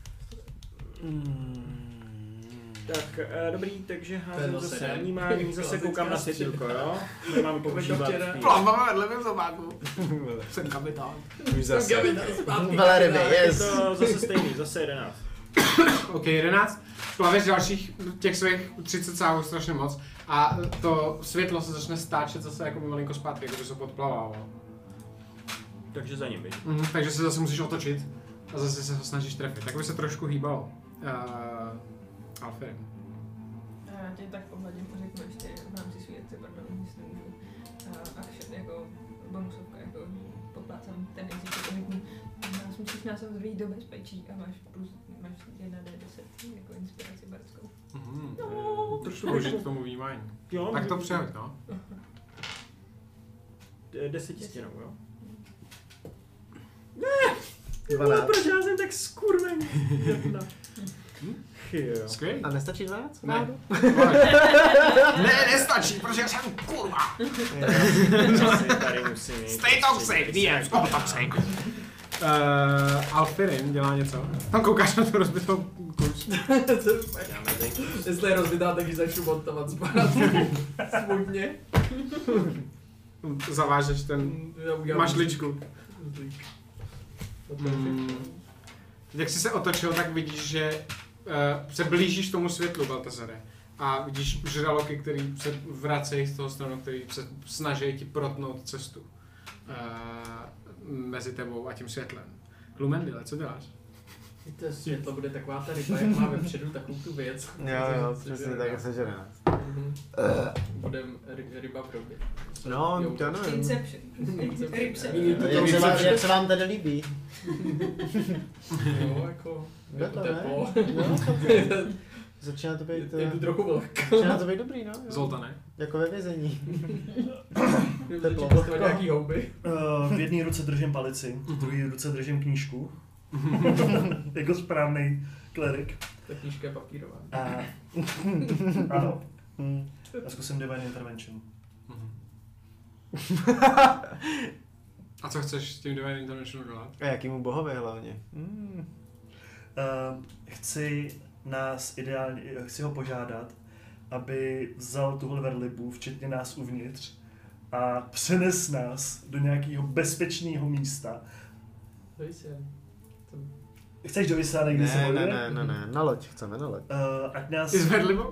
Tak, dobrý, takže To je házím zase zase den. na vnímání, zase koukám na světýlko, jo? Nemám používat včera. feed. Plavám vedle mým zobáku. Jsem kapitán. Už zase. Zpátky. Veleryby, Je yes. to zase stejný, zase 11. OK, 11. Plaveš dalších těch svých 30 sáhů strašně moc a to světlo se začne stáčet zase jako malinko zpátky, jako by se podplavávalo. Takže za ním běž. Takže se zase musíš otočit a zase se ho snažíš trefit. Tak by se trošku hýbalo. Alfred. Já tě tak pohledím a řeknu ještě v rámci svý akce, pardon, jestli můžu. Action jako bonusovka, jako podplácám ten jezdík, jako řeknu. Nás musíš nás vzít do bezpečí a máš plus, máš 1d10 jako inspiraci bardskou. Trošku použít k tomu vnímání. Jo, Tak to přehoď, no. 10 stěnou, jo? 12. Proč já jsem tak skurvený? Jo. Skvělý. A nestačí 12? Ne. Ne, nestačí, protože já jsem kurva. Asi tady musím jít. Stay toxic, DM, stop toxic. Alfirin dělá něco. Tam koukáš na tu rozbitou kurz. Jestli je rozbitá, tak ji začnu montovat zpátky. Smutně. Zavážeš ten mašličku. Jak jsi se otočil, tak vidíš, že se blížíš tomu světlu, Baltazare. A vidíš žraloky, který se vracejí z toho stranu, který se snaží ti protnout cestu mezi tebou a tím světlem. Lumendile, co děláš? To světlo bude taková ta ryba, jak má vepředu takovou tu věc. Jo, přesně tak, sežere nás. Budem ryba probět. No, to nevím. Inception. Ripse. Jak se vám tady líbí? Jo, jako... Kdo to, ne? teplo. No, začíná to být... Je to trochu vlhko. Začíná to být dobrý, no. Jo. Zoltane. Jako ve vězení. Začít pěstovat nějaký houby. V jedné ruce držím palici, v druhé ruce držím knížku. Jako správný klerik. Ta knížka je papírová. Ano. A zkusím Divine Intervention. A co chceš s tím Divine Intervention dělat? A jakýmu bohovi hlavně? Chci ho požádat, aby vzal tuhle verlibu, včetně nás uvnitř, a přenes nás do nějakého bezpečného místa. Chceš do Vysány, kdy se voluje? Ne, na loď, chceme na loď. Ať nás... Ty zvedlivo?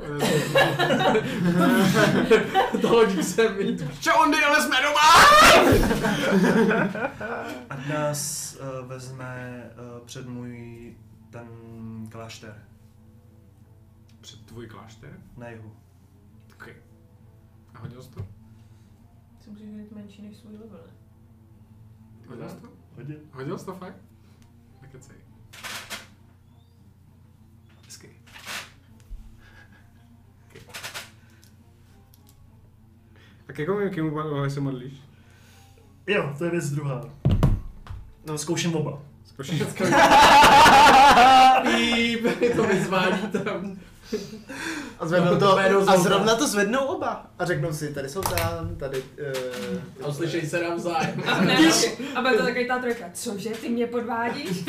To hodí se mi. Čondy, ale jsme doma! Ať nás vezme před můj ten klášter Před tvůj klášter? na jihu. Okay. A hodil jsi to? Si musíš být menší než svůj level, ne? Hodil jsi to? Hodil. Hodil jsi to fakt? Nekecej. Hezky. Okay. A k jakému bohovi se modlíš? Jo, to je věc druhá. No, zkouším oba. Zkoušíš? To vyzvání tam. A zrovna to zvednou oba. A řeknou si, tady jsou tam, tady... A uslyšej se nám zájem. A bude to takový ta trojka. Cože, ty mě podvádíš?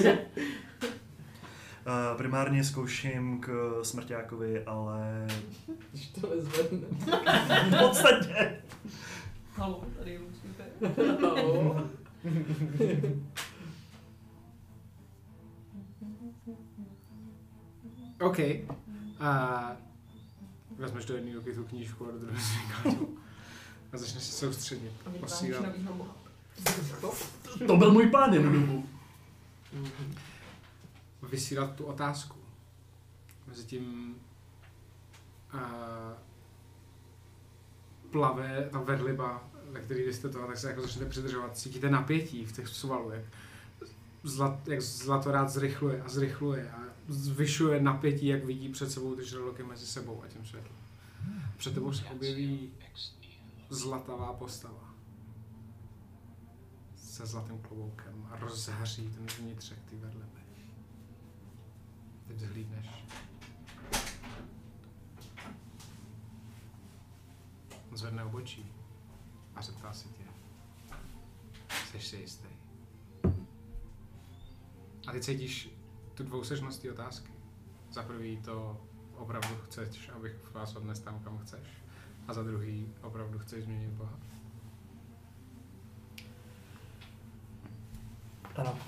Primárně zkouším k smrťákovi, ale... Když to nezvedne. V podstatě. Halo, tady musíte. Halo. OK. A vezmeš do jedné ruky tu knížku a do druhé zvíkátku. A začneš se soustředit. Posílat. To byl můj plán jednu dobu. Vysílat tu otázku. Mezitím plave ta verliba, ve který jste to, tak se jako začnete přidržovat. Cítíte napětí v těch svalů, jak zlatorád zrychluje a zvyšuje napětí, jak vidí před sebou ty žraloky mezi sebou a tím světlem. Před tebou se objeví zlatavá postava se zlatým kloboukem a rozhaří ten vnitřek ty verliby. Ty vzhlídneš. On zvedne obočí a zeptá se tě. Jseš si jistý? A ty cítíš tu dvousežnost té otázky. Za prvý to opravdu chceš, abych vás odnes tam, kam chceš. A za druhý opravdu chceš změnit Boha. Ano.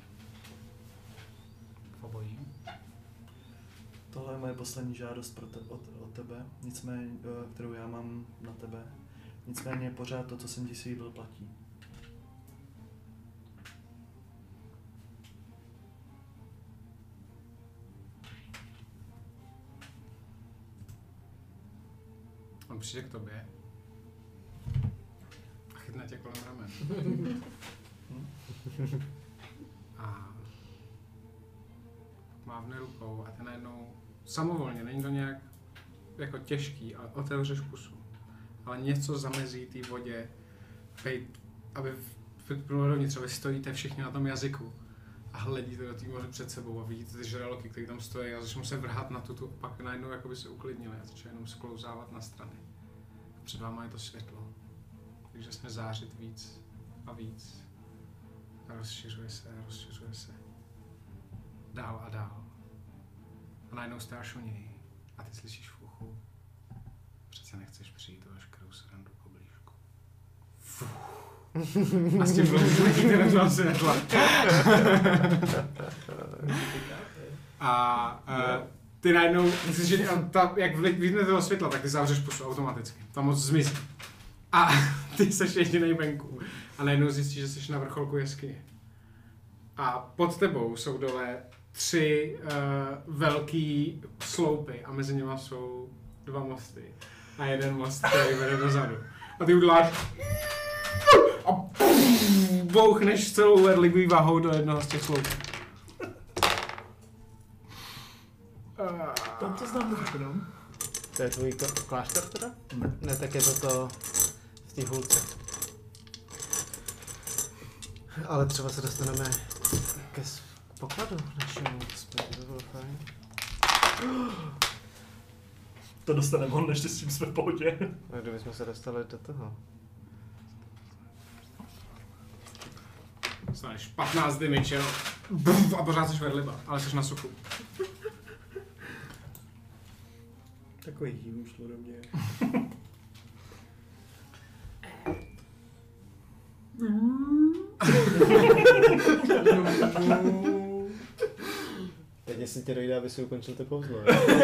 V obojí. Tohle je moje poslední žádost od tebe, nicméně, kterou já mám na tebe. Nicméně pořád to, co jsem ti slíbil, platí. On přijde k tobě a chytne tě kolem ramen. A mávne rukou a ty najednou samovolně, není to nějak jako těžký, ale otevřeš pusu. Ale něco zamezí té vodě, aby dovnitř, vy stojíte všichni na tom jazyku a hledíte do té moře před sebou a vidíte ty žraloky, které tam stojí a začnou se vrhat na tu, pak najednou jakoby se uklidnili a začnou jenom sklouzávat na strany. A před váma je to světlo, takže jsme zářit víc a víc. A rozšiřuje se. Dál a dál. A najednou jste až u něj a ty slyšíš v uchu. Přece nechceš přijít o veškerou srandu k oblížku. A s tím dlouhým na světla. A ty najednou, jak vlítne toho světla, tak ty zavřeš pusu automaticky. Ta moc zmizí. A ty seš jedinej venku. A najednou zjistíš, že jsi na vrcholku jeskyně. A pod tebou jsou dole 3 velký sloupy a mezi nimi jsou 2 mosty a jeden most, který vede dozadu. A ty uděláš a bouchneš celou verlibý váhou do jednoho z těch sloupů. Tam to znám trošku, no. To je tvůj klášter teda? Ne, tak je to v té hůlce. Ale třeba se dostaneme ke pokladu našemu, to bylo fajn. To dostaneme on, než s tím jsme v pohodě. A kdybychom se dostali do toho. Dostaneš 15 damage, jo. A pořád jsi verliba, ale jsi na suchu. Takový hýlu šlo do mě. Teď jestli tě dojde, aby si ukončil to kouzlo.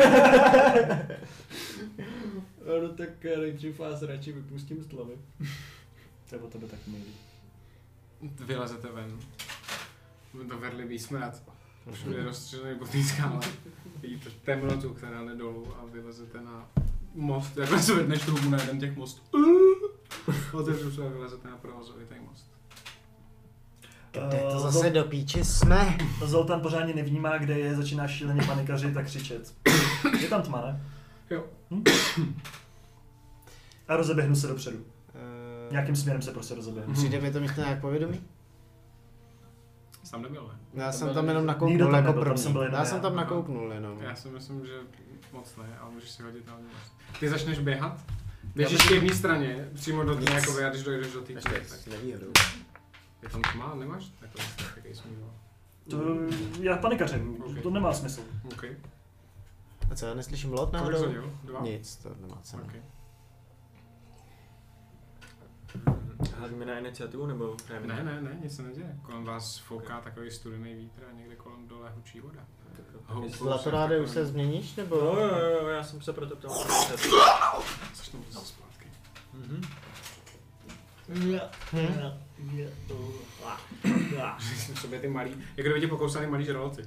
No tak nejdřív vás radši vypustím z hlavy. To je o tebe tak nejde. Vylezete ven. To verlibý smrad. Všude rozstřelený po té skále. Vidíte temnotu, která jde dolů a vylezete na most. Jakhle se vedneš trubu na jeden těch mostů. Otevřu se a vylezete na provozovitý most. Kde to zase do píči jsme? Zoltán pořádně nevnímá, kde je, začíná šíleně panikařit a křičet. Je tam tma, ne? Jo. A rozeběhnu se dopředu. Nějakým směrem se prostě rozeběhnu. Přijde mi to místo nějak povědomí? Sam nebyl, ne? Já jsem tam jenom Nikdo nakouknul tam jako nebyl, tam první. jsem byl jenom Já já. jsem tam nakouknul jenom. Já si myslím, že moc ne, ale můžeš si hodit na most. Ty začneš běhat? Běžíš k jedné straně, přímo do té, jakoby, a když dojdeš do té tmy, tak nevýhodou. je tam tma, nemáš takový strach, jaký smíval. To já panikařím, Okay. to nemá smysl. OK. A co, já neslyším lot Kolik náhodou? zhodil? 2? Nic, to nemá cenu. OK. Házíme na iniciativu nebo? Ne, nic se neděje. Kolem vás fouká takový studený vítr a někde kolem dole hučí voda. Zlatoráde, už se změníš, nebo? Jo, já jsem se proto ptal. Což tam zase zpátky. Že v sobě ty malý, jak kdyby tě pokousali malý žraloci.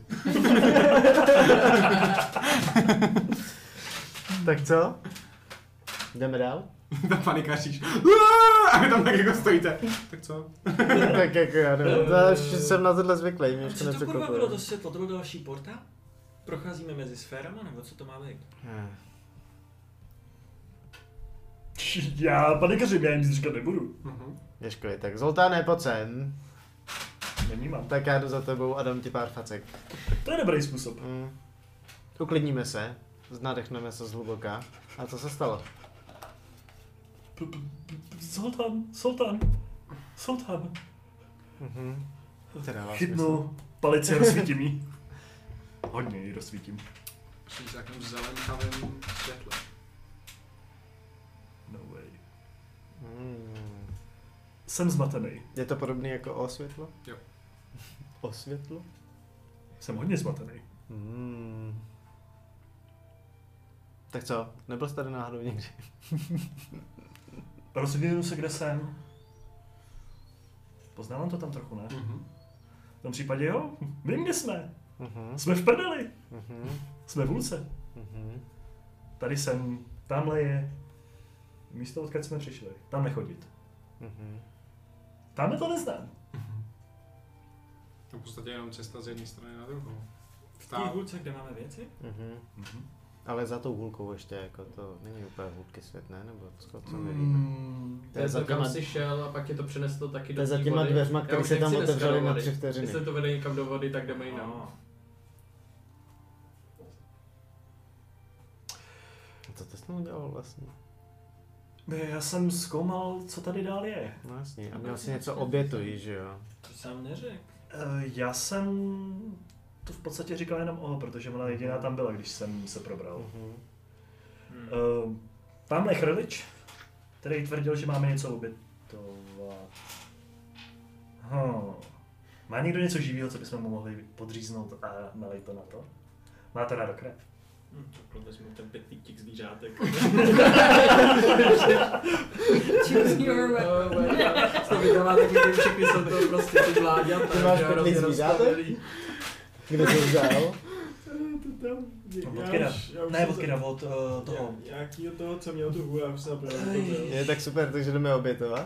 Tak co? Jdeme dál? Tam panikaříš. A vy tam tak jako stojíte. Tak co? Tak jako já nevím, já jsem na tohle zvyklý, mě A ještě co to kurva bylo nepřekvapuje. to světlo? To byl další portál? Procházíme mezi sférama, nebo co to má být? Já panikařím, já jim nic říkat nebudu. Je školy, tak Zoltáne, pojď sem. Nevnímám. Tak já jdu za tebou a dám ti pár facek. To je dobrý způsob. Uklidníme se, nadechneme se zhluboka. A co se stalo? Sultán. Teda vás Chytnu palici a rozsvítím jí. Hodně ji rozsvítím. Přijď v takovém zelenkavém světle. No way. myslím. Jsem zmatený. Je to podobný jako o světlo? Jo. O světlo? Jsem hodně zmatený. Tak co, nebyl jsi tady náhodou někdy? Rozvěděnu se, kde jsem. Poznávám to tam trochu, ne? V tom případě jo, vím, kde jsme. Jsme v prdeli. Jsme v Lulce. Tady jsem, tamhle je místo, odkud jsme přišli. Tam nechodit. Tamhle to neznám. To v podstatě jenom cesta z jedné strany na druhou. V té hůlce, kde máme věci? Ale za tou hůlkou ještě, jako to není úplně hůlky svět, ne? Nebo co my víme? To je to, kam jsi šel a pak je to přeneslo taky To je do za té těma vody. dveřma, Já které už se tam nechci dneska otevřely do na vody. 3 vteřiny. Jestli to vede někam do vody, tak jdeme jinam. Co ty jsi tam udělal vlastně? Já jsem zkoumal, co tady dál je. No jasně, a měl si něco obětují, že jo? To sám neřekl. Já jsem to v podstatě říkal jenom protože ona jediná tam byla, když jsem se probral. Tamhle je Chrlič, který tvrdil, že máme něco obětovat. Má někdo něco živého, co bychom mu mohli podříznout a nalej to na to? Má to rádo krev. Tak vezmu ten petlík zvířátek. Choose your weapon. To vydává taky ty všechny jsou to prostě ty vláďata. Ty máš petlík zvířátek? Kde jsi vzal? Od Kira. Ne, od Kira, od toho. Nějakýho toho, co měl tu hůle, já už se napojil. Je tak super, takže jdeme obětovat.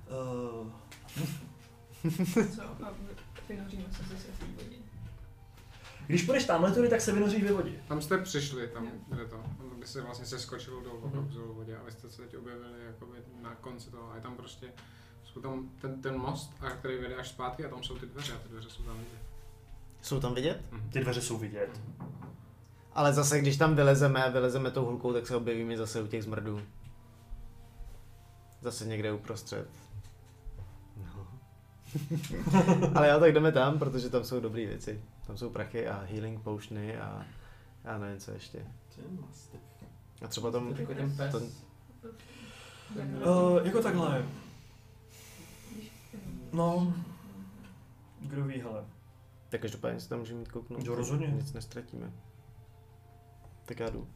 Co? A vynoříme se zase v té vodě. Když půjdeš tamhle tudy, tak se vynoří ve vodě. Tam jste přišli, tam kde to. Tam by se vlastně seskočilo dolů v vodě a vy jste se teď objevili jakoby na konci toho. A je tam prostě, jsou tam ten most, který vede až zpátky a tam jsou ty dveře a ty dveře jsou tam vidět. Jsou tam vidět? Ty dveře jsou vidět. Ale zase, když tam vylezeme tou hulkou, tak se objevíme zase u těch zmrdů. Zase někde uprostřed. No. Ale jo, tak jdeme tam, protože tam jsou dobré věci. Tam jsou prachy a healing potiony a já nevím co ještě. A třeba tam... Jako ten pes. Jako takhle. No. Kdo ví, hele. Tak každopádně se tam můžeme jít kouknout. Jo, rozhodně. Nic nestratíme. Tak já jdu.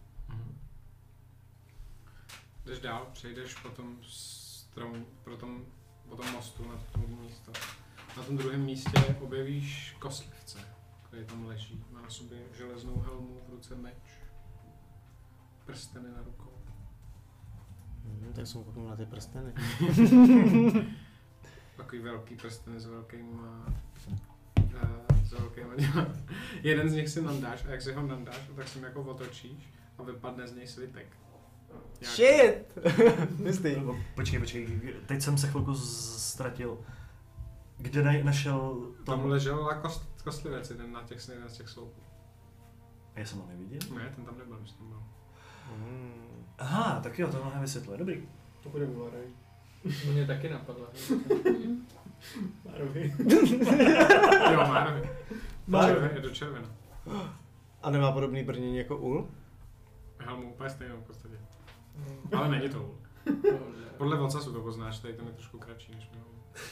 Jdeš dál, přejdeš po tom stromu, po tom mostu na to druhé místo. Na tom druhém místě objevíš kostlivce, který tam leží. Má na sobě železnou helmu, v ruce meč, prsteny na rukou. Tak jsem kouknul na ty prsteny. Takový velký prsteny s velkýma dělama. Jeden z nich si nandáš a jak si ho nandáš, tak si ho jako otočíš a vypadne z něj svitek. Shit! Jistý. Počkej, teď jsem se chvilku ztratil. Kde našel to? Tam ležela kostlivec, jeden z těch sloupů. A já jsem ho neviděl? Ne, ten tam nebyl, myslím byl. Aha, tak jo, to mnohem vysvětluje, dobrý. To bude Ularaj. Mě taky napadla. Má rohy. Jo, má rohy. Má rohy. Je do červena. A nemá podobný brnění jako ul? Helmu úplně stejnou v podstatě. Ale není to ul. Podle ocasu to poznáš, tady ten je trošku kratší než měl.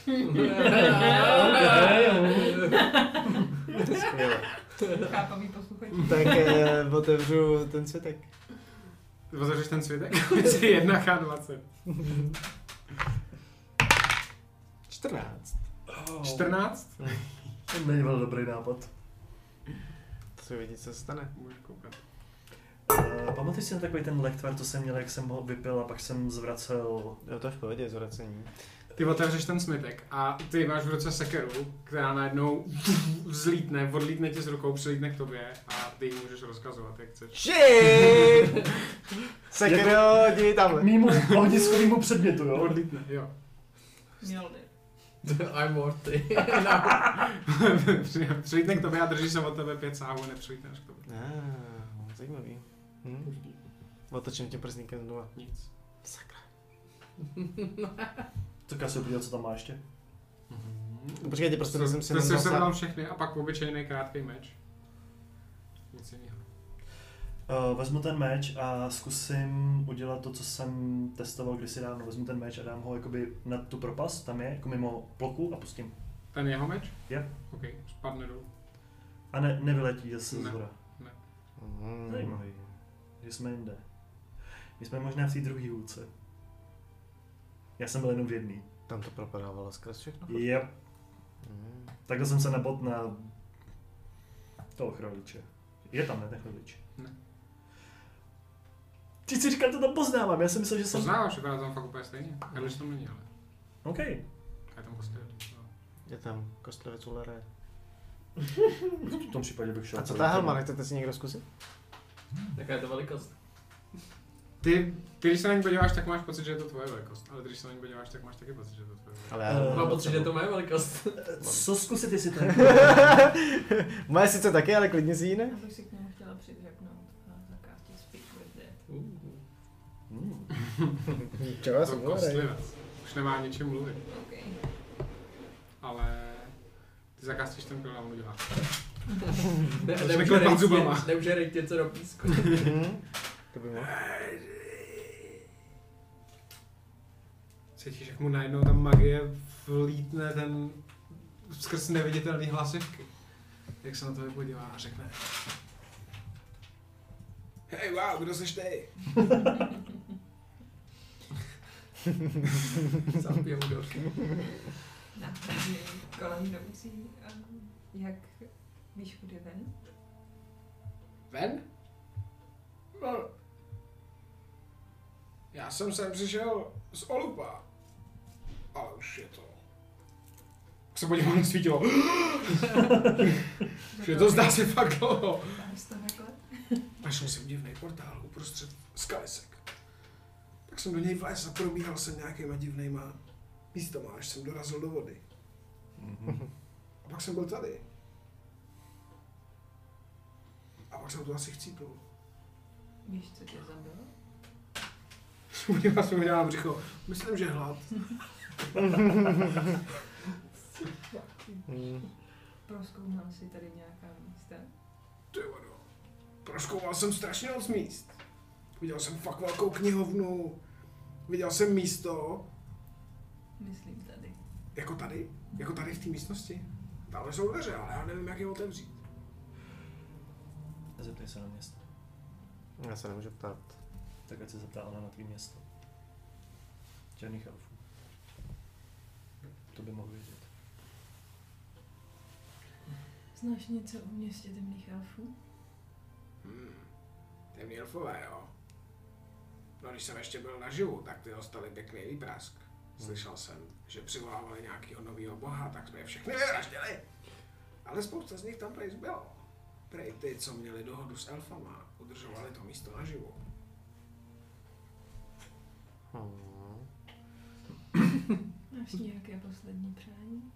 Skvěle. Chápavý posluchač. Tak otevřu ten světek. Ty otevřeš ten světek? Je 1H20. 14. 14? To není velmi dobrý nápad. To se uvidí, co se stane. Můžeš koukat. Pamatuješ si na takový ten lektvar, co jsem měl, jak jsem ho vypil a pak jsem zvracel... Jo, to je v pohodě, zvracení. Ty otevřeš ten smitek a ty máš v ruce sekeru, která najednou odlítne ti z rukou, přilítne k tobě a ty ji můžeš rozkazovat, jak chceš. Shit! Sekero, jdi tamhle. Mýmu ohniskovýmu předmětu, jo? Odlítne, jo. Měl by. I'm Morty. Přilítne k tobě a drží se od tebe 5 sáhů, nepřilítne až k tobě. Zajímavý. Otočím tím prsníkem dole. Nic. Sakra. Tak já se uvidím, co tam má ještě. Počkejte, prostě jsem si To jsem sebral všechny a pak obyčejný krátký meč. Nic jiného. Vezmu ten meč a zkusím udělat to, co jsem testoval kdysi dávno. Vezmu ten meč a dám ho jakoby na tu propast, tam je, jako mimo plochu a pustím. Ten jeho meč? Je. OK, spadne dolů. A nevyletí zase Ne. z hora. Ne. Zajímavý. Že jsme jinde. My jsme možná v té druhé hůlce. Já jsem byl jenom v jedný. Tam to propadávalo skrz všechno? Yep. Takhle jsem se nabot na toho chroliče. Je tam, ne, ten chrolič. Ne. Ty si říkal, to tam poznávám, já jsem myslel, že jsem... Poznáváš, vypadá tam fakt úplně stejně. Erliš tam není, ale. OK. A je tam kostlivec. Je tam kostlivec Ularaj. V tom případě bych šel. A co ta helma, nechcete si někdo zkusit? Jaká je to velikost? Ty, když se na ní podíváš, tak máš pocit, že je to tvoje velikost. Ale když se na ní podíváš, tak máš taky pocit, že je to tvoje velikost. Ale já Mám pocit, že je to moje velikost. Co zkusit, jestli to Moje sice taky, ale klidně si jiné. Já bych si k němu chtěla přidřepnout a zakázat Speak with Dead. Čeho já To jsem Ularaj? kostlivec. Už nemá ničem mluvit. OK. Ale ty zakázíš ten pil a on udělá. Nemůže zubama. Nemůže rejt něco do písku. To by mohl. Cítíš, jak mu najednou ta magie vlítne ten skrz neviditelný hlasivky. Jak se na to podívá a řekne: Hej, wow, kdo seš ty? Zapijou dorky. Takže kolem jdoucí, jak víš, kudy ven? Ven? No. Já jsem sem přišel z Olupa. Ale už je to... Jak se podívám na svítilo. Že to zdá se fakt dlouho. Našel jsem divný portál uprostřed skalisek. Tak jsem do něj vlez a probíhal jsem nějakýma divnýma místama, až jsem dorazil do vody. A pak jsem byl tady. A pak jsem to asi chcípnul. Víš, co tě zabilo? Podívá se mi na břicho. Myslím, že hlad. Prozkoumal jsi tady nějaká místa? Ty vado. Proškoumal jsem strašně moc míst. Viděl jsem fakt velkou knihovnu. Viděl jsem místo. Myslím tady. Jako tady? Jako tady v té místnosti? Tamhle jsou dveře, ale já nevím, jak je otevřít. Zeptej se na město. Já se nemůžu ptát. Tak ať se zeptá ona na tvý město. Černých elfů. To by mohl vědět. Znáš něco o městě temných elfů? Temný elfové, jo. No, když jsem ještě byl naživu, tak ty dostali pěkný výprask. Slyšel jsem, že přivolávali nějakého nového boha, tak jsme je všechny vyvraždili. Ale spousta z nich tam prej zbylo. Prej ty, co měli dohodu s elfama, udržovali to místo naživu. Máš nějaké poslední přání?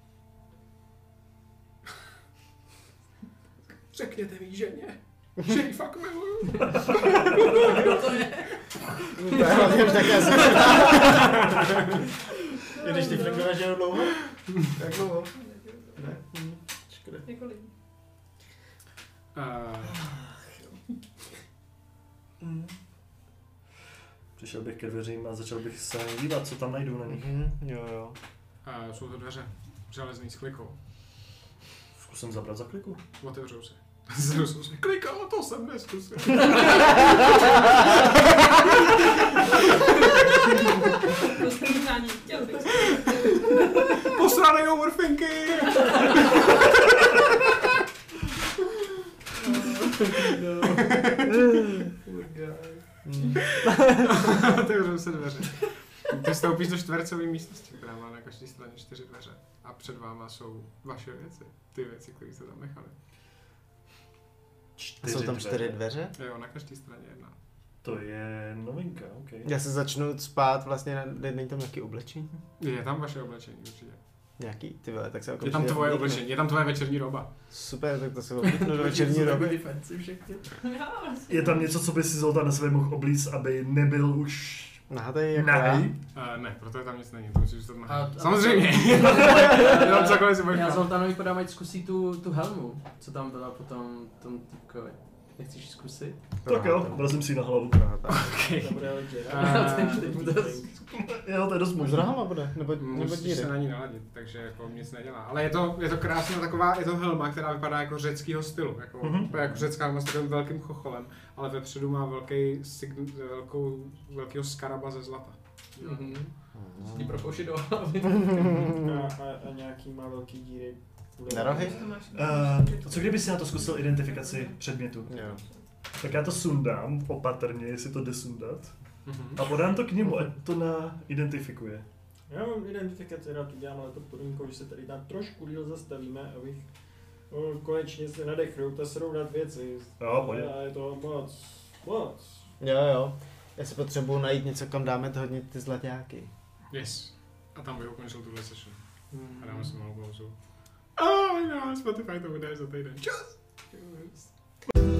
Řekněte mý ženě, že ji fakt miluju. Kdo to je? To je hlavně už také Když ty Frankové žijou dlouho? Jak dlouho? Ne. Škoda. Jako lidi. Přišel bych ke dveřím a začal bych se dívat, co tam najdu na nich. Jo. Jsou to dveře, železný s klikou. Zkusím zabrat za kliku. Otevřou se. Zrusou se. Klikal, to jsem neskusil. Poslední přání, chtěl bych. Posranej overthinky! Otevřou se dveře. Ty vstoupíš do čtvercové místnosti, která má na každé straně 4 dveře. A před váma jsou vaše věci. Ty věci, které jste tam nechali. A jsou tam 4 dveře? Jo, na každé straně jedna. To je novinka, ok. Já se začnu spát vlastně, není tam nějaký oblečení? Je tam vaše oblečení určitě. Nějaký? Ty vole, tak se Je tam tvoje oblečení, je tam tvoje večerní roba. Super, tak to se oblíknu do večerní roby. Je tam něco, co by si Zoltán na své mohl oblíct, aby nebyl už Nahatej jako nahý? Ne, proto tam nic není, to musíš zůstat nahý. A- Samozřejmě. Jenom cokoliv si Já budeš Zoltánovi podám, ať zkusí tu helmu, co tam byla potom tom typkovi. Nechceš zkusit? Tak jo, vrazím si ji na hlavu. To bude ale Jo, to je dost S možná. rohama bude, nebo Musíš díry. se na ní naladit, takže jako nic nedělá. Ale je to krásná taková, je to helma, která vypadá jako řeckýho stylu, jako řecká helma s takovým velkým chocholem, ale vepředu má velkýho skaraba ze zlata. Ti propouši do hlavy. A nějaký má velký díry. Na rohy? Co kdyby si na to zkusil identifikaci předmětu? Jo. Tak já to sundám opatrně, jestli to jde sundat. A podám to k němu, ať to identifikuje. Já mám identifikaci, rád udělám, ale to podmínkou, že se tady tam trošku díl zastavíme, abych konečně se nadechl a srovnat věci. Jo, pojď. A je to moc. Jo. Já si potřebuji najít něco, kam dáme hodně ty zlaťáky. Yes. A tam bych ukončil tuhle session. A dáme si malou pauzu. No, Spotify to vydá za týden. Čus!